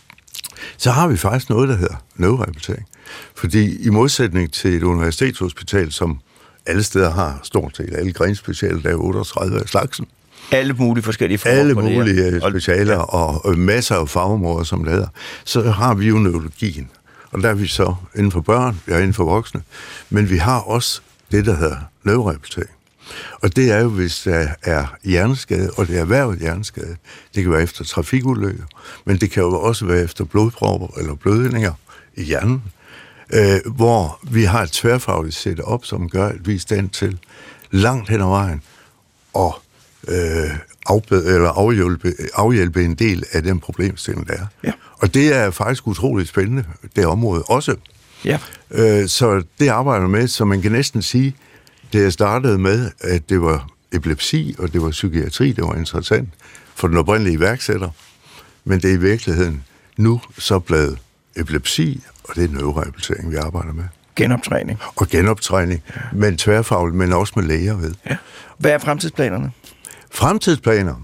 Så har vi faktisk noget, der hedder neurorehabilitering. Fordi i modsætning til et universitetshospital, som alle steder har stort set alle grenspecialer, der er otteogtredive af slagsen. Alle mulige forskellige former. Alle mulige specialer og masser af fagområder, som det hedder. Så har vi jo neurologien. Og der er vi så inden for børn, vi er inden for voksne. Men vi har også det, der hedder neurorehabilitering. Og det er jo, hvis der er hjerneskade, og det er erhvervet hjerneskade. Det kan være efter trafikulykker, men det kan jo også være efter blodpropper eller blødninger i hjernen, øh, hvor vi har et tværfagligt setup, som gør, at vi er i stand til langt hen ad vejen og øh, afbed, eller afhjælpe, afhjælpe en del af den problemstilling, der er. Ja. Og det er faktisk utroligt spændende, det område også. Ja. Øh, så det arbejder med, så man kan næsten sige, det jeg startede med, at det var epilepsi, og det var psykiatri, det var interessant for den oprindelige iværksætter, men det er i virkeligheden nu så blevet epilepsi, og det er neurorehabilitering, vi arbejder med. Genoptræning. Og genoptræning, ja. Men tværfagligt, men også med læger ved. Ja. Hvad er fremtidsplanerne? Fremtidsplaner?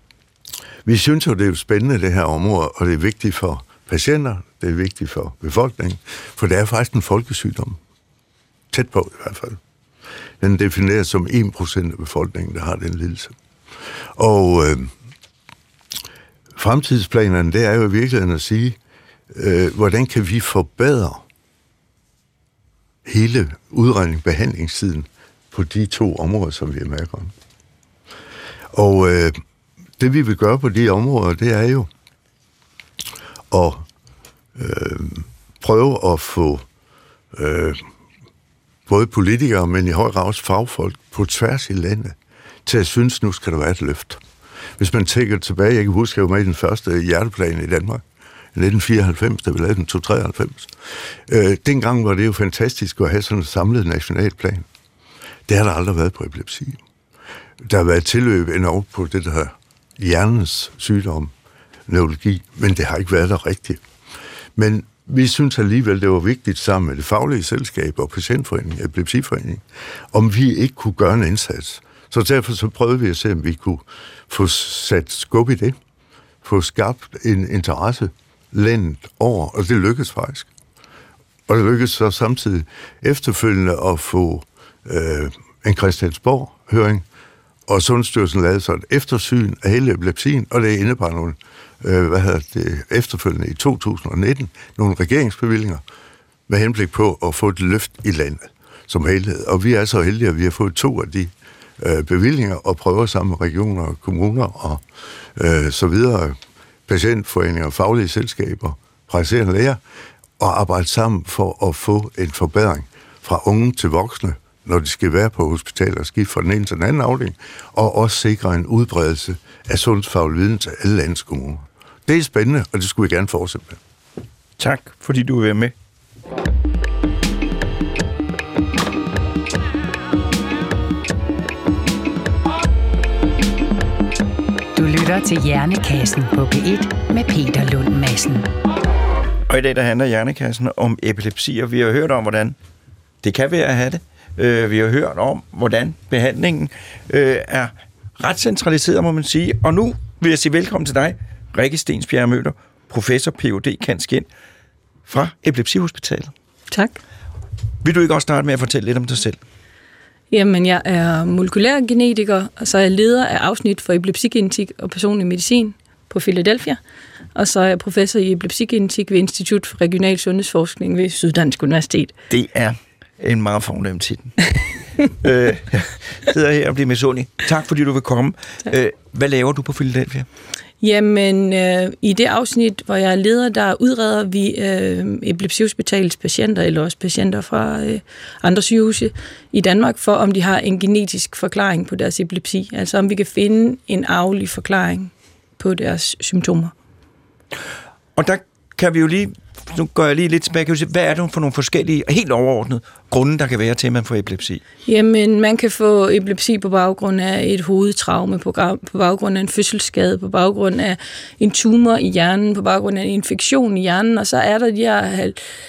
Vi synes jo, det er jo spændende, det her område, og det er vigtigt for patienter, det er vigtigt for befolkningen, for det er faktisk en folkesygdom. Tæt på i hvert fald. Den defineres som en procent af befolkningen, der har den lidelse. Og øh, fremtidsplanerne, det er jo i virkeligheden at sige, øh, hvordan kan vi forbedre hele udredning, behandlingstiden på de to områder, som vi er med om. Og øh, det vi vil gøre på de områder, det er jo at øh, prøve at få øh, både politikere, men i høj grad også fagfolk på tværs i landet, til at synes, nu skal der være et løft. Hvis man tænker tilbage, jeg kan huske, jeg var med i den første hjerteplan i Danmark, i nitten fireoghalvfems, da vi lavede den to treoghalvfems. Øh, dengang var det jo fantastisk at have sådan en samlet nationalplan. Det har der aldrig været på epilepsi. Der har været tilløb endnu på det, der hedder hjernens sygdom, neurologi, men det har ikke været der rigtigt. Men vi synes alligevel, det var vigtigt sammen med det faglige selskab og patientforeningen, epilepsiforeningen, om vi ikke kunne gøre en indsats. Så derfor så prøvede vi at se, om vi kunne få sat skub i det, få skabt en interesse landet over, og det lykkedes faktisk. Og det lykkedes så samtidig efterfølgende at få øh, en Christiansborg-høring, og Sundhedsstyrelsen lavede så et eftersyn af hele epilepsien, og det indebar nogle, øh, hvad hedder det, efterfølgende i to tusind nitten, nogle regeringsbevillinger med henblik på at få et løft i landet som helhed. Og vi er så heldige, at vi har fået to af de øh, bevillinger og prøver sammen med regioner og kommuner og øh, så videre, patientforeninger, faglige selskaber, praktiserende læger, og arbejde sammen for at få en forbedring fra unge til voksne, når de skal være på hospitaler og skifte fra den ene til den anden afdeling, og også sikre en udbredelse af sundhedsfaglig viden til alle landets kommuner. Det er spændende, og det skulle vi gerne fortsætte med. Tak, fordi du er med. Du lytter til Hjernekassen på P et med Peter Lund Madsen. Og i dag der handler Hjernekassen om epilepsi, og vi har hørt om, hvordan det kan være at have det. Uh, vi har hørt om, hvordan behandlingen uh, er ret centraliseret, må man sige. Og nu vil jeg sige velkommen til dig, Rikke Stensbjerg Møller, professor P H D cand.scient fra Epilepsihospitalet. Tak. Vil du ikke også starte med at fortælle lidt om dig selv? Jamen, jeg er molekylær genetiker, og så er jeg leder af afsnit for epilepsigenetik og personlig medicin på Philadelphia. Og så er jeg professor i epilepsigenetik ved Institut for Regional Sundhedsforskning ved Syddansk Universitet. Det er en meget fornem titel. øh, jeg sidder her og bliver misundelig. Tak, fordi du vil komme. Øh, hvad laver du på Philadelphia? Jamen, øh, i det afsnit, hvor jeg er leder, der udreder vi øh, Epilepsihospitalets patienter, eller også patienter fra øh, andre sygehuse i Danmark, for om de har en genetisk forklaring på deres epilepsi. Altså om vi kan finde en arvelig forklaring på deres symptomer. Og der kan vi jo lige, nu går jeg lige lidt tilbage, kan du sige, hvad er det for nogle forskellige, helt overordnede grunde, der kan være til, at man får epilepsi? Jamen, man kan få epilepsi på baggrund af et hovedtraume, på, på baggrund af en fødselsskade, på baggrund af en tumor i hjernen, på baggrund af en infektion i hjernen, og så er der de her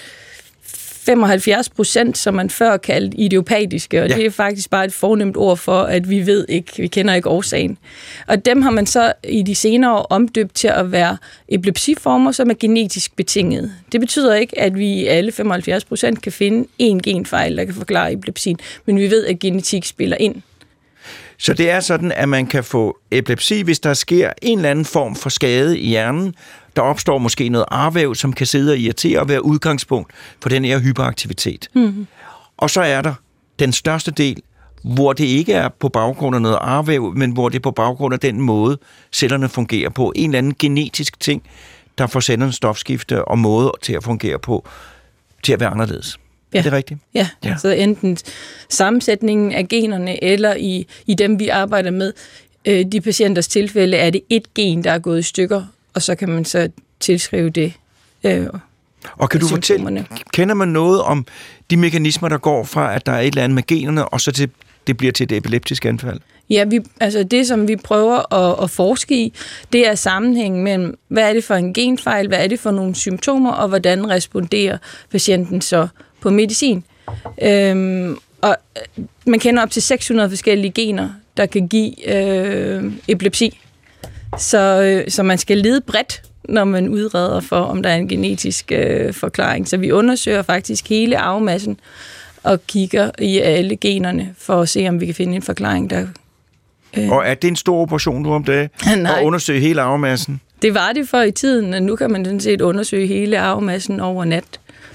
femoghalvfjerds procent, som man før kaldte idiopatiske, og ja. Det er faktisk bare et fornemt ord for, at vi ved ikke, vi kender ikke årsagen. Og dem har man så i de senere år omdøbt til at være epilepsiformer, som er genetisk betinget. Det betyder ikke, at vi i alle femoghalvfjerds procent kan finde én genfejl, der kan forklare epilepsien, men vi ved, at genetik spiller ind. Så det er sådan, at man kan få epilepsi, hvis der sker en eller anden form for skade i hjernen. Der opstår måske noget arvæv, som kan sidde og irritere og være udgangspunkt for den her hyperaktivitet. Mm-hmm. Og så er der den største del, hvor det ikke er på baggrund af noget arvæv, men hvor det er på baggrund af den måde, cellerne fungerer på. En eller anden genetisk ting, der får cellernes stofskifte og måde til at fungere på, til at være anderledes. Ja. Er det rigtigt? Ja, ja. Så enten sammensætningen af generne, eller i, i dem, vi arbejder med, øh, de patienters tilfælde, er det et gen, der er gået i stykker, og så kan man så tilskrive det. Øh, og kan du fortælle, kender man noget om de mekanismer, der går fra, at der er et eller andet med generne, og så til, det bliver til et epileptisk anfald? Ja, vi, altså det, som vi prøver at, at forske i, det er sammenhængen mellem, hvad er det for en genfejl, hvad er det for nogle symptomer, og hvordan responderer patienten så på medicin. Øhm, og man kender op til seks hundrede forskellige gener, der kan give øh, epilepsi. Så, øh, så man skal lede bredt, når man udreder for, om der er en genetisk øh, forklaring. Så vi undersøger faktisk hele arvemassen og kigger i alle generne for at se, om vi kan finde en forklaring, der... Øh... Og er det en stor operation nu om dagen? At undersøge hele arvemassen? Det var det før i tiden, og nu kan man sådan set undersøge hele arvemassen over nat.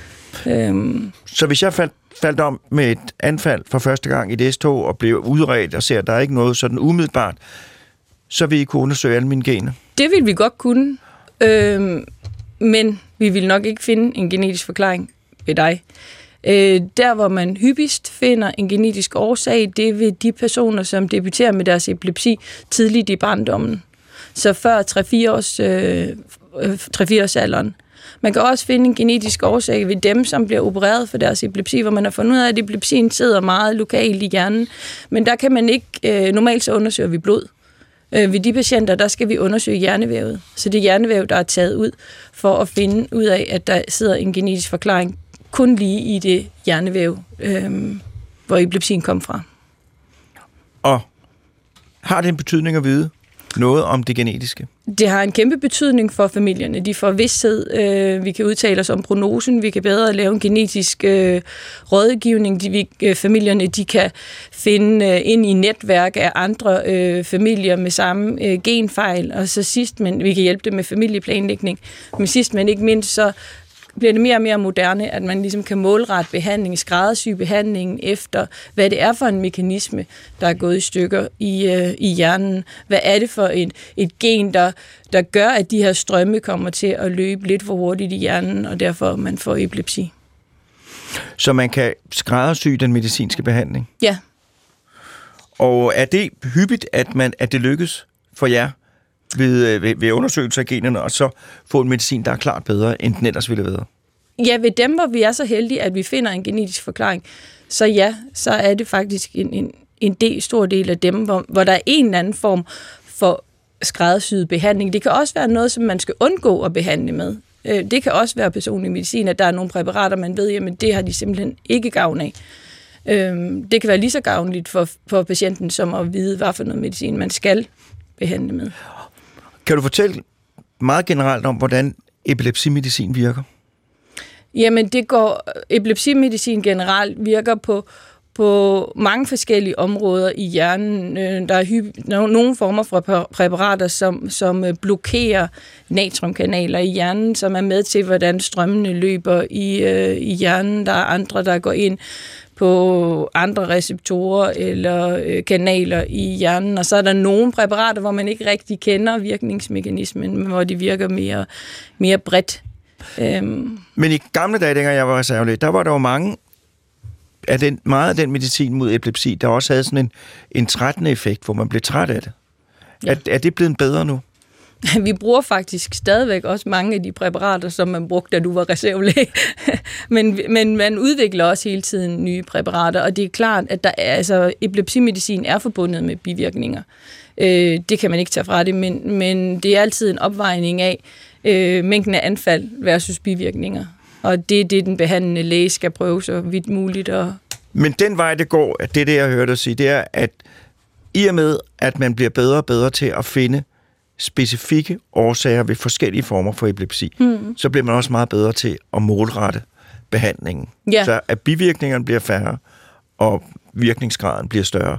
Øhm. Så hvis jeg faldt, faldt om med et anfald for første gang i et S-tog og blev udredt og ser, at der er ikke noget sådan umiddelbart, så vil I kunne undersøge alle mine gener? Det vil vi godt kunne, øhm, men vi vil nok ikke finde en genetisk forklaring ved dig. Øh, der, hvor man hyppigst finder en genetisk årsag, det er ved de personer, som debuterer med deres epilepsi tidligt i barndommen. Så før tre-fire års, øh, tre-fire års alderen. Man kan også finde en genetisk årsag ved dem, som bliver opereret for deres epilepsi, hvor man har fundet ud af, at epilepsien sidder meget lokalt i hjernen. Men der kan man ikke, øh, normalt så undersøger vi blod. Øh, ved de patienter, der skal vi undersøge hjernevævet. Så det er hjernevæv, der er taget ud for at finde ud af, at der sidder en genetisk forklaring kun lige i det hjernevæv, øh, hvor epilepsien kom fra. Og har det en betydning at vide noget om det genetiske? Det har en kæmpe betydning for familierne. De får vidsthed. Øh, vi kan udtale os om prognosen. Vi kan bedre lave en genetisk øh, rådgivning. De, vi, øh, familierne de kan finde øh, ind i netværk af andre øh, familier med samme øh, genfejl. Og så sidst, men vi kan hjælpe dem med familieplanlægning. Men sidst, men ikke mindst, så bliver det mere og mere moderne, at man ligesom kan målrette behandling, skræddersy behandlingen efter, hvad det er for en mekanisme, der er gået i stykker i, øh, i hjernen. Hvad er det for en, et gen, der, der gør, at de her strømme kommer til at løbe lidt for hurtigt i hjernen, og derfor man får epilepsi. Så man kan skræddersy den medicinske behandling? Ja. Og er det hyppigt, at, man, at det lykkes for jer ved, ved, ved undersøgelse af generne, og så få en medicin, der er klart bedre, end den ellers ville have været? Ja, ved dem, hvor vi er så heldige, at vi finder en genetisk forklaring, så ja, så er det faktisk en, en, en del, stor del af dem, hvor, hvor der er en eller anden form for skræddersyet behandling. Det kan også være noget, som man skal undgå at behandle med. Det kan også være personlig medicin, at der er nogle præparater, man ved, jamen det har de simpelthen ikke gavn af. Det kan være lige så gavnligt for, for patienten, som at vide, hvad for noget medicin man skal behandle med. Kan du fortælle meget generelt om, hvordan epilepsimedicin virker? Jamen, det går, epilepsimedicin generelt virker på, på mange forskellige områder i hjernen. Der er hypp, nogle former for præparater, som, som blokerer natriumkanaler i hjernen, som er med til, hvordan strømmene løber i, øh, i hjernen. Der er andre, der går ind på andre receptorer eller øh, kanaler i hjernen, og så er der nogle præparater, hvor man ikke rigtig kender virkningsmekanismen, men hvor de virker mere, mere bredt. Øhm. Men i gamle dage, dengang jeg var reservelæge, der var der jo mange af den, meget af den medicin mod epilepsi, der også havde sådan en, en trættende effekt, hvor man blev træt af det. Ja. Er, er det blevet bedre nu? Vi bruger faktisk stadigvæk også mange af de præparater, som man brugte, da du var reservelæge. men, men man udvikler også hele tiden nye præparater, og det er klart, at der er, altså, epilepsimedicin er forbundet med bivirkninger. Øh, det kan man ikke tage fra det, men, men det er altid en opvejning af øh, mængden af anfald versus bivirkninger. Og det er det, den behandlende læge skal prøve så vidt muligt. Og men den vej, det går, det er det, jeg hørte dig sige, det er, at i og med, at man bliver bedre og bedre til at finde specifikke årsager ved forskellige former for epilepsi, mm. så bliver man også meget bedre til at målrette behandlingen. Ja. Så at bivirkningerne bliver færre, og virkningsgraden bliver større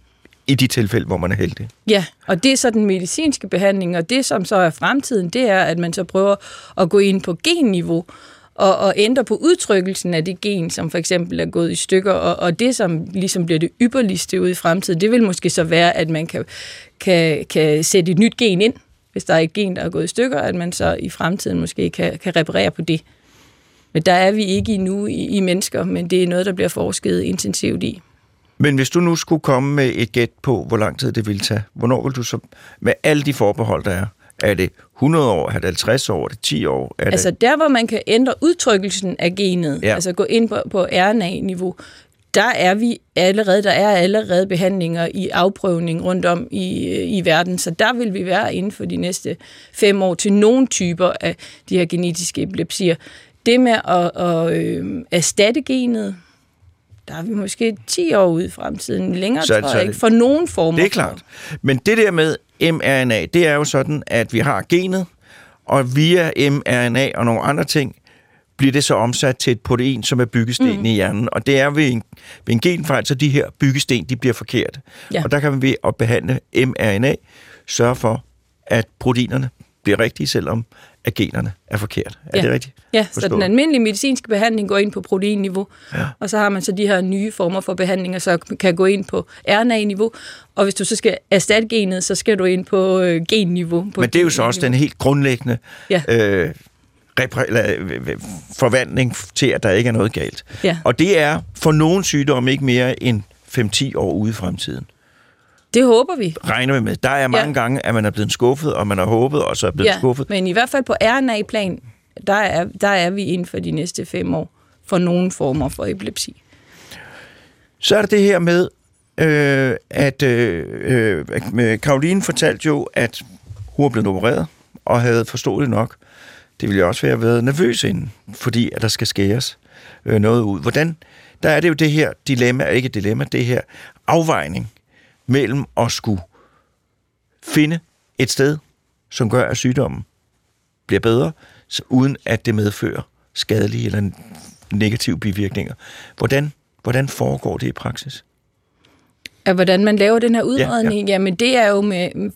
i de tilfælde, hvor man er heldig. Ja, og det er så den medicinske behandling, og det, som så er fremtiden, det er, at man så prøver at gå ind på genniveau, og, og ændre på udtrykkelsen af det gen, som for eksempel er gået i stykker, og, og det, som ligesom bliver det ypperligste ude i fremtiden, det vil måske så være, at man kan, kan, kan sætte et nyt gen ind, hvis der er et gen, der er gået i stykker, at man så i fremtiden måske kan, kan reparere på det. Men der er vi ikke endnu i, i mennesker, men det er noget, der bliver forsket intensivt i. Men hvis du nu skulle komme med et gæt på, hvor lang tid det ville tage, hvornår vil du så, med alle de forbehold, der er, er det hundrede år, er det halvtreds år, er det ti år? Er det... Altså der, hvor man kan ændre udtrykkelsen af genet, ja. altså gå ind på, på R N A-niveau, der er vi allerede, der er allerede behandlinger i afprøvning rundt om i, i verden, så der vil vi være inden for de næste fem år til nogle typer af de her genetiske epilepsier. Det med at, at øh, erstatte genet, der er vi måske ti år ude i fremtiden. Længere så, tror jeg ikke, for nogen former. Det er klart. Men det der med M R N A, det er jo sådan, at vi har genet, og via M R N A og nogle andre ting, bliver det så omsat til et protein, som er byggestenen mm. i hjernen. Og det er ved en, ved en genfejl, så de her byggesten, de bliver forkerte. Ja. Og der kan man ved at behandle M R N A sørge for, at proteinerne bliver rigtige, selvom at generne er forkert. Er ja. det rigtigt? Ja, forstået? Så den almindelige medicinske behandling går ind på proteinniveau, ja. og så har man så de her nye former for behandlinger, så kan gå ind på R N A-niveau, og hvis du så skal erstatte genet, så skal du ind på øh, genniveau. På Men det er jo så også den helt grundlæggende ja. øh, repræ- eller, forvandling til, at der ikke er noget galt. Ja. Og det er for nogle sygdomme ikke mere end fem til ti år ude i fremtiden. Det håber vi. Regner vi med. Der er mange ja. gange, at man er blevet skuffet, og man har håbet, og så er blevet ja, skuffet. Men i hvert fald på R N A-plan, der er, der er vi inden for de næste fem år for nogle former for epilepsi. Så er det det her med, øh, at øh, øh, Caroline fortalte jo, at hun var blevet opereret, og havde forståeligt nok, det ville jeg også være været nervøs inden, fordi at der skal skæres øh, noget ud. Hvordan, der er det jo det her dilemma, ikke dilemma, det her afvejning mellem at skulle finde et sted, som gør, at sygdommen bliver bedre, så uden at det medfører skadelige eller negative bivirkninger. Hvordan, hvordan foregår det i praksis? At hvordan man laver den her udredning, ja, ja. Jamen det er jo med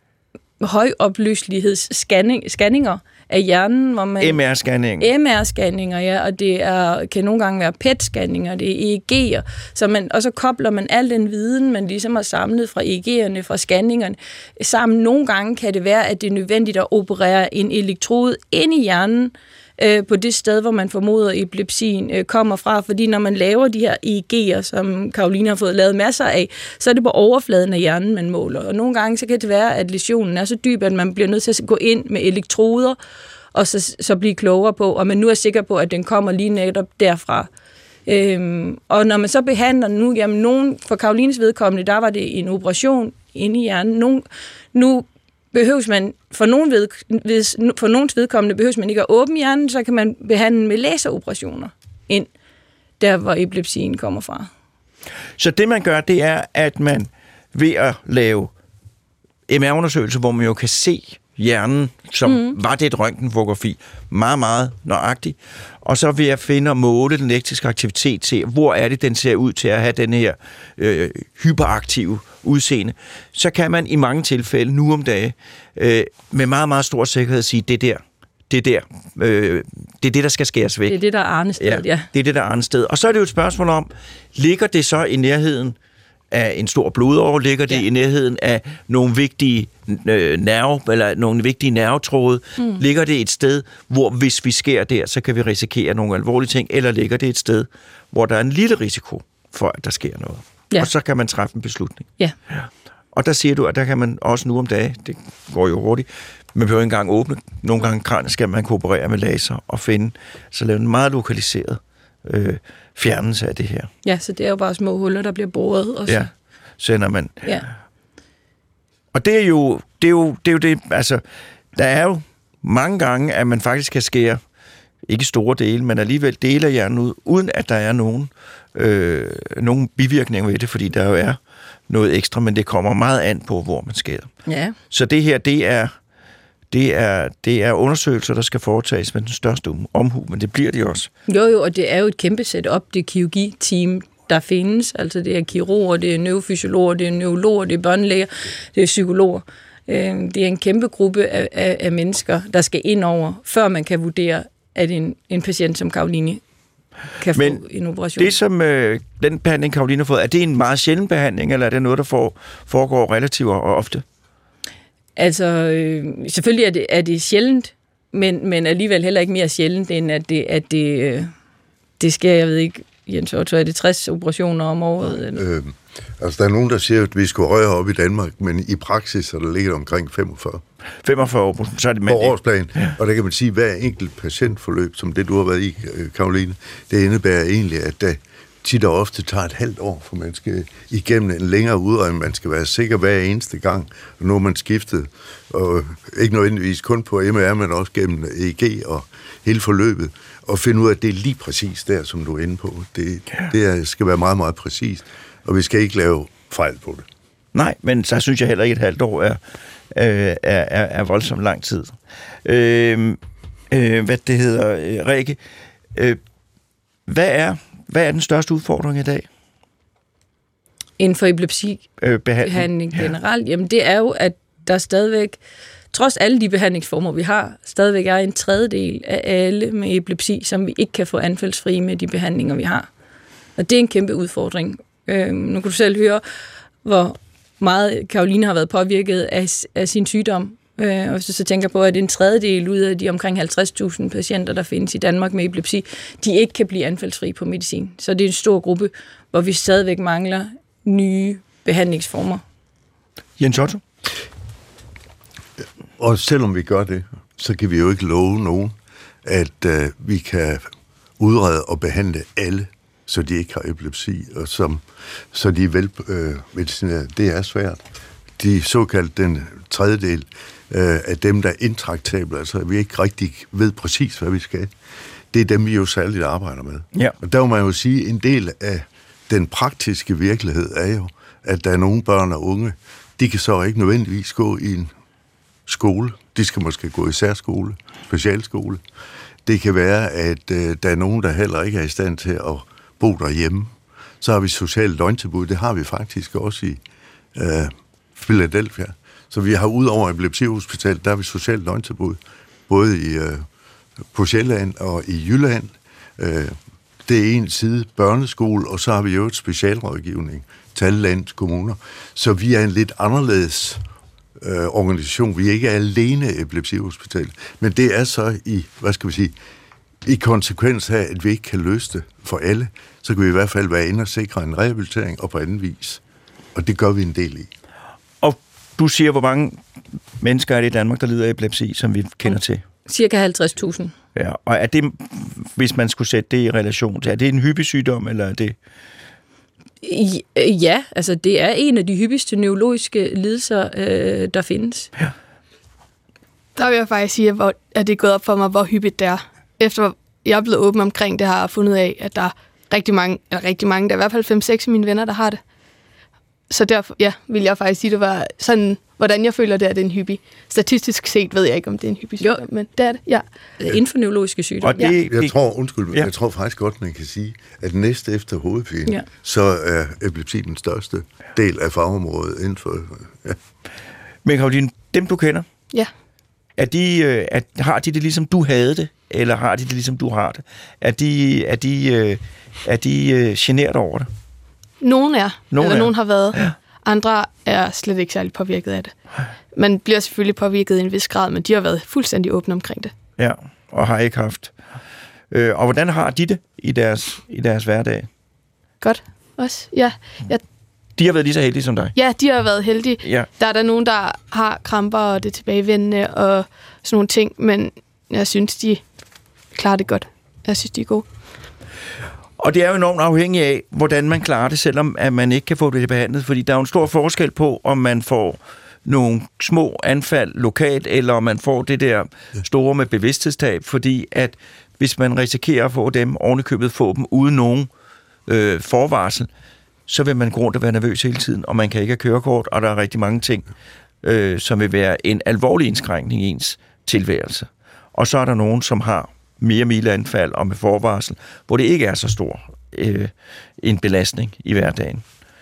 højopløselighedsscanninger af hjernen, hvor man... M R-scanning. M R-scanninger, ja, og det er, kan nogle gange være P E T-scanninger, det er E E G'er, så man, og så kobler man al den viden, man ligesom har samlet fra E E G'erne, fra scanningerne, sammen. Nogle gange kan det være, at det er nødvendigt at operere en elektrode ind i hjernen, øh, på det sted, hvor man formoder, at epilepsien øh, kommer fra, fordi når man laver de her E E G'er, som Caroline har fået lavet masser af, så er det på overfladen af hjernen, man måler. Og nogle gange så kan det være, at læsionen er så dyb, at man bliver nødt til at gå ind med elektroder, og så, så blive klogere på, og man nu er sikker på, at den kommer lige netop derfra. Øhm, og når man så behandler nu, jamen nogen, for Carolines vedkommende, der var det en operation inde i hjernen. Nogen, nu behøves man, for, nogen ved, for nogens vedkommende behøves man ikke at åbne hjernen, så kan man behandle med laseroperationer ind, der hvor epilepsien kommer fra. Så det man gør, det er, at man ved at lave M R-undersøgelser, hvor man jo kan se hjernen, som mm. var det et røntgenfotografi, meget, meget nøjagtigt, og så ved at finde og måle den elektriske aktivitet til, hvor er det, den ser ud til at have den her øh, hyperaktive udseende, så kan man i mange tilfælde nu om dagen øh, med meget, meget stor sikkerhed sige, det der, det der, øh, det er det, der skal skæres væk. Det er det, der er Arnested, ja. ja. Det er det, der er Arnested. Og så er det jo et spørgsmål om, ligger det så i nærheden af en stor blodåre, ligger det ja. i nærheden af nogle vigtige øh, nerve, eller nogle vigtige nervetråde, mm. ligger det et sted, hvor hvis vi skærer der, så kan vi risikere nogle alvorlige ting, eller ligger det et sted, hvor der er en lille risiko for, at der sker noget. Ja. Og så kan man træffe en beslutning. Ja. Ja. Og der siger du, at der kan man også nu om dagen, det går jo hurtigt, man behøver ikke engang åbne, nogle gange kranen skal man kunne operere med laser og finde, så lave en meget lokaliseret øh, fjernelse af det her. Ja, så det er jo bare små huller, der bliver boret, og så ja, sender man. Ja. Og det er jo det, er jo, det, er jo det altså, der er jo mange gange, at man faktisk kan skære, ikke store dele, men alligevel dele af hjernen ud, uden at der er nogen, øh, nogen bivirkninger ved det, fordi der jo er noget ekstra, men det kommer meget an på, hvor man skærer. Ja. Så det her, det er, det er, det er undersøgelser, der skal foretages med den største omhu, men det bliver de også. Jo, jo, og det er jo et kæmpe setup, det kirurgi-team, der findes. Altså det er kirurger, det er neurofysiologer, det er neurologer, det er børnelæger, det er psykologer. Det er en kæmpe gruppe af, af, af mennesker, der skal ind over, før man kan vurdere, at en, en patient som Caroline kan men få en operation. Det som øh, den behandling, Caroline har fået, er det en meget sjælden behandling, eller er det noget, der får, foregår relativt og ofte? Altså, øh, selvfølgelig er det, er det sjældent, men, men alligevel heller ikke mere sjældent, end at det, at det, øh, det sker, jeg ved ikke, Jens Otto, er det tres operationer om året? Eller? Øh, altså, der er nogen, der siger, at vi skulle røre op i Danmark, men i praksis så der ligger omkring femogfyrre. femogfyrre år, så er det på årsplan. Ja. Og der kan man sige, at hver enkelt patientforløb, som det du har været i, Caroline, det indebærer egentlig, at det tit og ofte tager et halvt år, for man skal igennem en længere udredning. Man skal være sikker hver eneste gang, når man skiftet. Og ikke nødvendigvis kun på M R, men også gennem E E G og hele forløbet. Og finde ud af, at det er lige præcis der, som du er inde på. Det, det er, skal være meget, meget præcist. Og vi skal ikke lave fejl på det. Nej, men så synes jeg heller ikke, et halvt år er, er, er, er voldsomt lang tid. Øh, øh, hvad det hedder, øh, Rikke, øh, hvad er Hvad er den største udfordring i dag? Inden for epilepsi-behandling øh, generelt? Ja. Jamen det er jo, at der stadigvæk, trods alle de behandlingsformer, vi har, stadigvæk er en tredjedel af alle med epilepsi, som vi ikke kan få anfaldsfri med de behandlinger, vi har. Og det er en kæmpe udfordring. Øh, nu kan du selv høre, hvor meget Caroline har været påvirket af, af sin sygdom. Og hvis du så tænker på, at en tredjedel ud af de omkring halvtreds tusind patienter, der findes i Danmark med epilepsi, de ikke kan blive anfaldsfri på medicin. Så det er en stor gruppe, hvor vi stadigvæk mangler nye behandlingsformer. Jens Otto? Og selvom vi gør det, så kan vi jo ikke love nogen, at uh, vi kan udrede og behandle alle så de ikke har epilepsi, og som, så de er velmedicineret. Det er svært. De såkaldt den tredjedel øh, af dem, der er intraktable, altså vi ikke rigtig ved præcis, hvad vi skal. Det er dem, vi jo særligt arbejder med. Ja. Og der må man jo sige, en del af den praktiske virkelighed er jo, at der er nogle børn og unge, de kan så ikke nødvendigvis gå i en skole. De skal måske gå i særskole, specialskole. Det kan være, at øh, der er nogen, der heller ikke er i stand til at bo derhjemme. Så har vi socialt døgntilbud. Det har vi faktisk også i øh, Philadelphia. Så vi har ud over Epilepsihospitalet, der har vi socialt døgntilbud, både i, øh, på Sjælland og i Jylland. Øh, det er en side børneskole, og så har vi jo et specialrådgivning til alle landets kommuner. Så vi er en lidt anderledes øh, organisation. Vi er ikke alene Epilepsihospitalet, men det er så i, hvad skal vi sige, i konsekvens af, at vi ikke kan løse det for alle, så kan vi i hvert fald være inde og sikre en rehabilitering og på anden vis. Og det gør vi en del i. Og du siger, hvor mange mennesker er det i Danmark, der lider af epilepsi, som vi kender til? Cirka halvtreds tusind. Ja, og er det, hvis man skulle sætte det i relation til, er det en hyppig sygdom, eller er det... Ja, altså det er en af de hyppigste neurologiske lidelser, øh, der findes. Ja. Der vil jeg faktisk sige, at det er gået op for mig, hvor hyppigt det er. Efter jeg er blevet åben omkring det, har jeg fundet af, at der er rigtig mange, eller rigtig mange, der er i hvert fald fem seks af mine venner, der har det. Så derfor, ja, vil jeg faktisk sige, det var sådan, hvordan jeg føler, det er, det er en hyppig. Statistisk set ved jeg ikke, om det er en hyppig sygdom, men det er det, ja. Inden for neurologiske sygdomme. Og det, ja. Jeg tror, undskyld, ja. jeg tror faktisk godt, man kan sige, at næste efter hovedpine, ja. så er epilepsi den største del af fagområdet inden for... Ja. Men Caroline, dem du kender, ja. er de, er, har de det ligesom du havde det, eller har de det ligesom du har det? Er de, er de, er de generet over det? Nogen er, nogen eller er. nogen har været. Ja. Andre er slet ikke særlig påvirket af det. Man bliver selvfølgelig påvirket i en vis grad, men de har været fuldstændig åbne omkring det. Ja, og har ikke haft. Øh, og hvordan har de det i deres, i deres hverdag? Godt, også. Ja, jeg De har været lige så heldige som dig? Ja, de har været heldige. Ja. Der er der nogen, der har kramper, og det er tilbagevendende, og sådan nogle ting, men jeg synes, de klarer det godt. Jeg synes, de er gode. Og det er jo enormt afhængigt af, hvordan man klarer det, selvom at man ikke kan få det behandlet, fordi der er jo en stor forskel på, om man får nogle små anfald lokalt, eller om man får det der store med bevidsthedstab, fordi at hvis man risikerer at få dem, ovenikøbet få dem uden nogen øh, forvarsel, så vil man gå rundt og være nervøs hele tiden, og man kan ikke have kørekort, og der er rigtig mange ting, øh, som vil være en alvorlig indskrænkning i ens tilværelse. Og så er der nogen, som har mere milde anfald og med forvarsel, hvor det ikke er så stor øh, en belastning i hverdagen.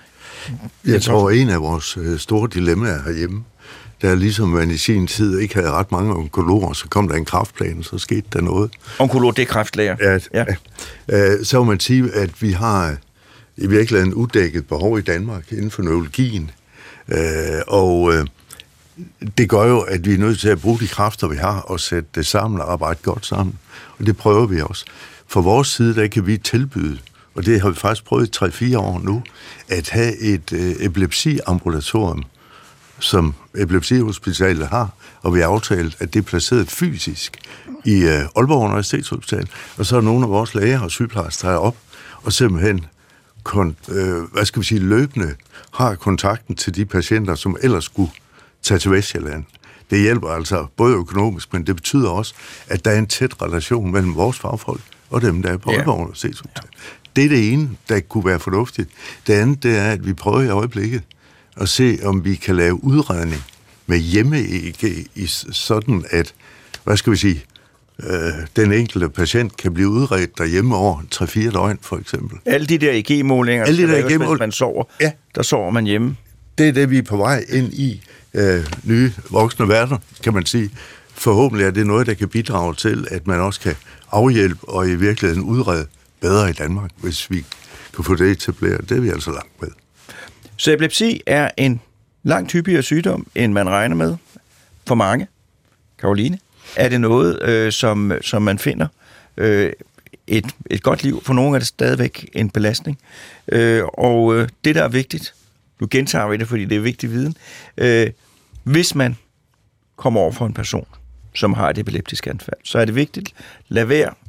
Jeg tror, en af vores øh, store dilemmaer herhjemme, der ligesom man i sin tid ikke havde ret mange onkologer, så kom der en kræftplan, så skete der noget. Onkolog, det er kræftlæger. Ja, ja. Øh, så må man sige, at vi har i virkeligheden uddækket behov i Danmark inden for neurologien. Øh, og øh, det gør jo, at vi er nødt til at bruge de kræfter, vi har, og sætte det sammen og arbejde godt sammen. Og det prøver vi også. For vores side, der kan vi tilbyde, og det har vi faktisk prøvet i tre fire år nu, at have et øh, epilepsiambulatorium, som Epilepsihospitalet har, og vi har aftalt, at det er placeret fysisk i øh, Aalborg Universitetshospital, og så er nogle af vores læger og sygeplejersker tager op, og simpelthen kon, øh, hvad skal vi sige, løbende har kontakten til de patienter, som ellers skulle tage til Vestjylland. Det hjælper altså både økonomisk, men det betyder også, at der er en tæt relation mellem vores fagfolk og dem, der er på Aalborg Universitetshospital. Det er det ene, der kunne være fornuftigt. Det andet, det er, at vi prøver i øjeblikket at se, om vi kan lave udredning med hjemme-E E G, i sådan at, hvad skal vi sige, øh, den enkelte patient kan blive udredt derhjemme over tre fire døgn, for eksempel. Alle de der E G målinger, Alle de der E G målinger, hvis man sover, ja. der sover man hjemme. Det er det, vi er på vej ind i øh, nye voksne verden, kan man sige. Forhåbentlig er det noget, der kan bidrage til, at man også kan afhjælpe og i virkeligheden udrede bedre i Danmark, hvis vi kan få det etableret. Det er vi altså langt med. Så epilepsi er en langt hyppigere sygdom, end man regner med for mange. Caroline, er det noget, øh, som, som man finder øh, et, et godt liv? For nogle er det stadigvæk en belastning. Øh, og øh, det, der er vigtigt, nu gentager vi det, fordi det er vigtig viden, øh, hvis man kommer over for en person, som har et epileptisk anfald, så er det vigtigt, lad være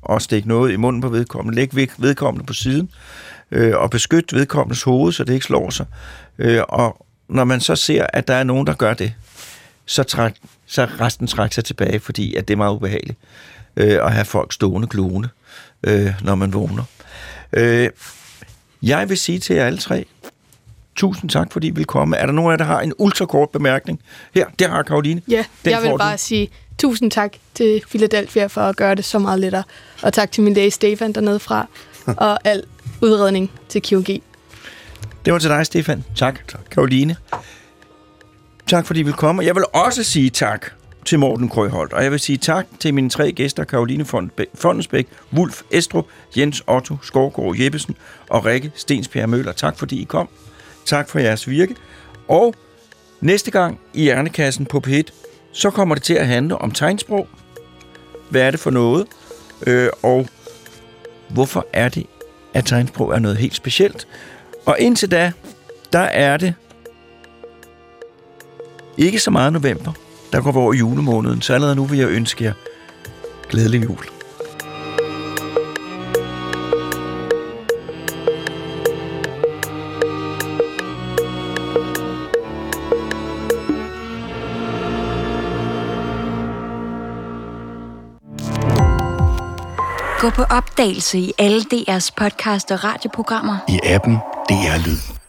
at stikke noget i munden på vedkommende. Læg vedkommende på siden øh, og beskyt vedkommendes hoved, så det ikke slår sig. Øh, og når man så ser, at der er nogen, der gør det, så, træk, så resten trækker sig tilbage, fordi at det er meget ubehageligt øh, at have folk stående glående, øh, når man vågner. Øh, jeg vil sige til jer alle tre, tusind tak, fordi I vil komme. Er der nogen af jer, der har en ultrakort bemærkning? Her, der har Karoline. Ja, den jeg vil bare du. sige tusind tak til Philadelphia for at gøre det så meget lettere. Og tak til min læge Stefan dernede fra. Og al udredning til kirurgi. Det var til dig, Stefan. Tak. tak. Karoline. Tak, fordi I vil komme. Jeg vil også sige tak til Morten Krøholt. Og jeg vil sige tak til mine tre gæster, Karoline Fondensbæk, Wulf Estrup, Jens Otto Skovgaard Jeppesen og Rikke Stensbjerg Møller. Tak, fordi I kom. Tak for jeres virke. Og næste gang i Hjernekassen på P et, så kommer det til at handle om tegnsprog. Hvad er det for noget? Øh, og hvorfor er det, at tegnsprog er noget helt specielt? Og indtil da, der er det ikke så meget november. Der går vi over julemåneden, så allerede nu vil jeg ønske jer glædelig jul. Gå på opdagelse i alle D R's podcast og radioprogrammer. I appen D R Lyd.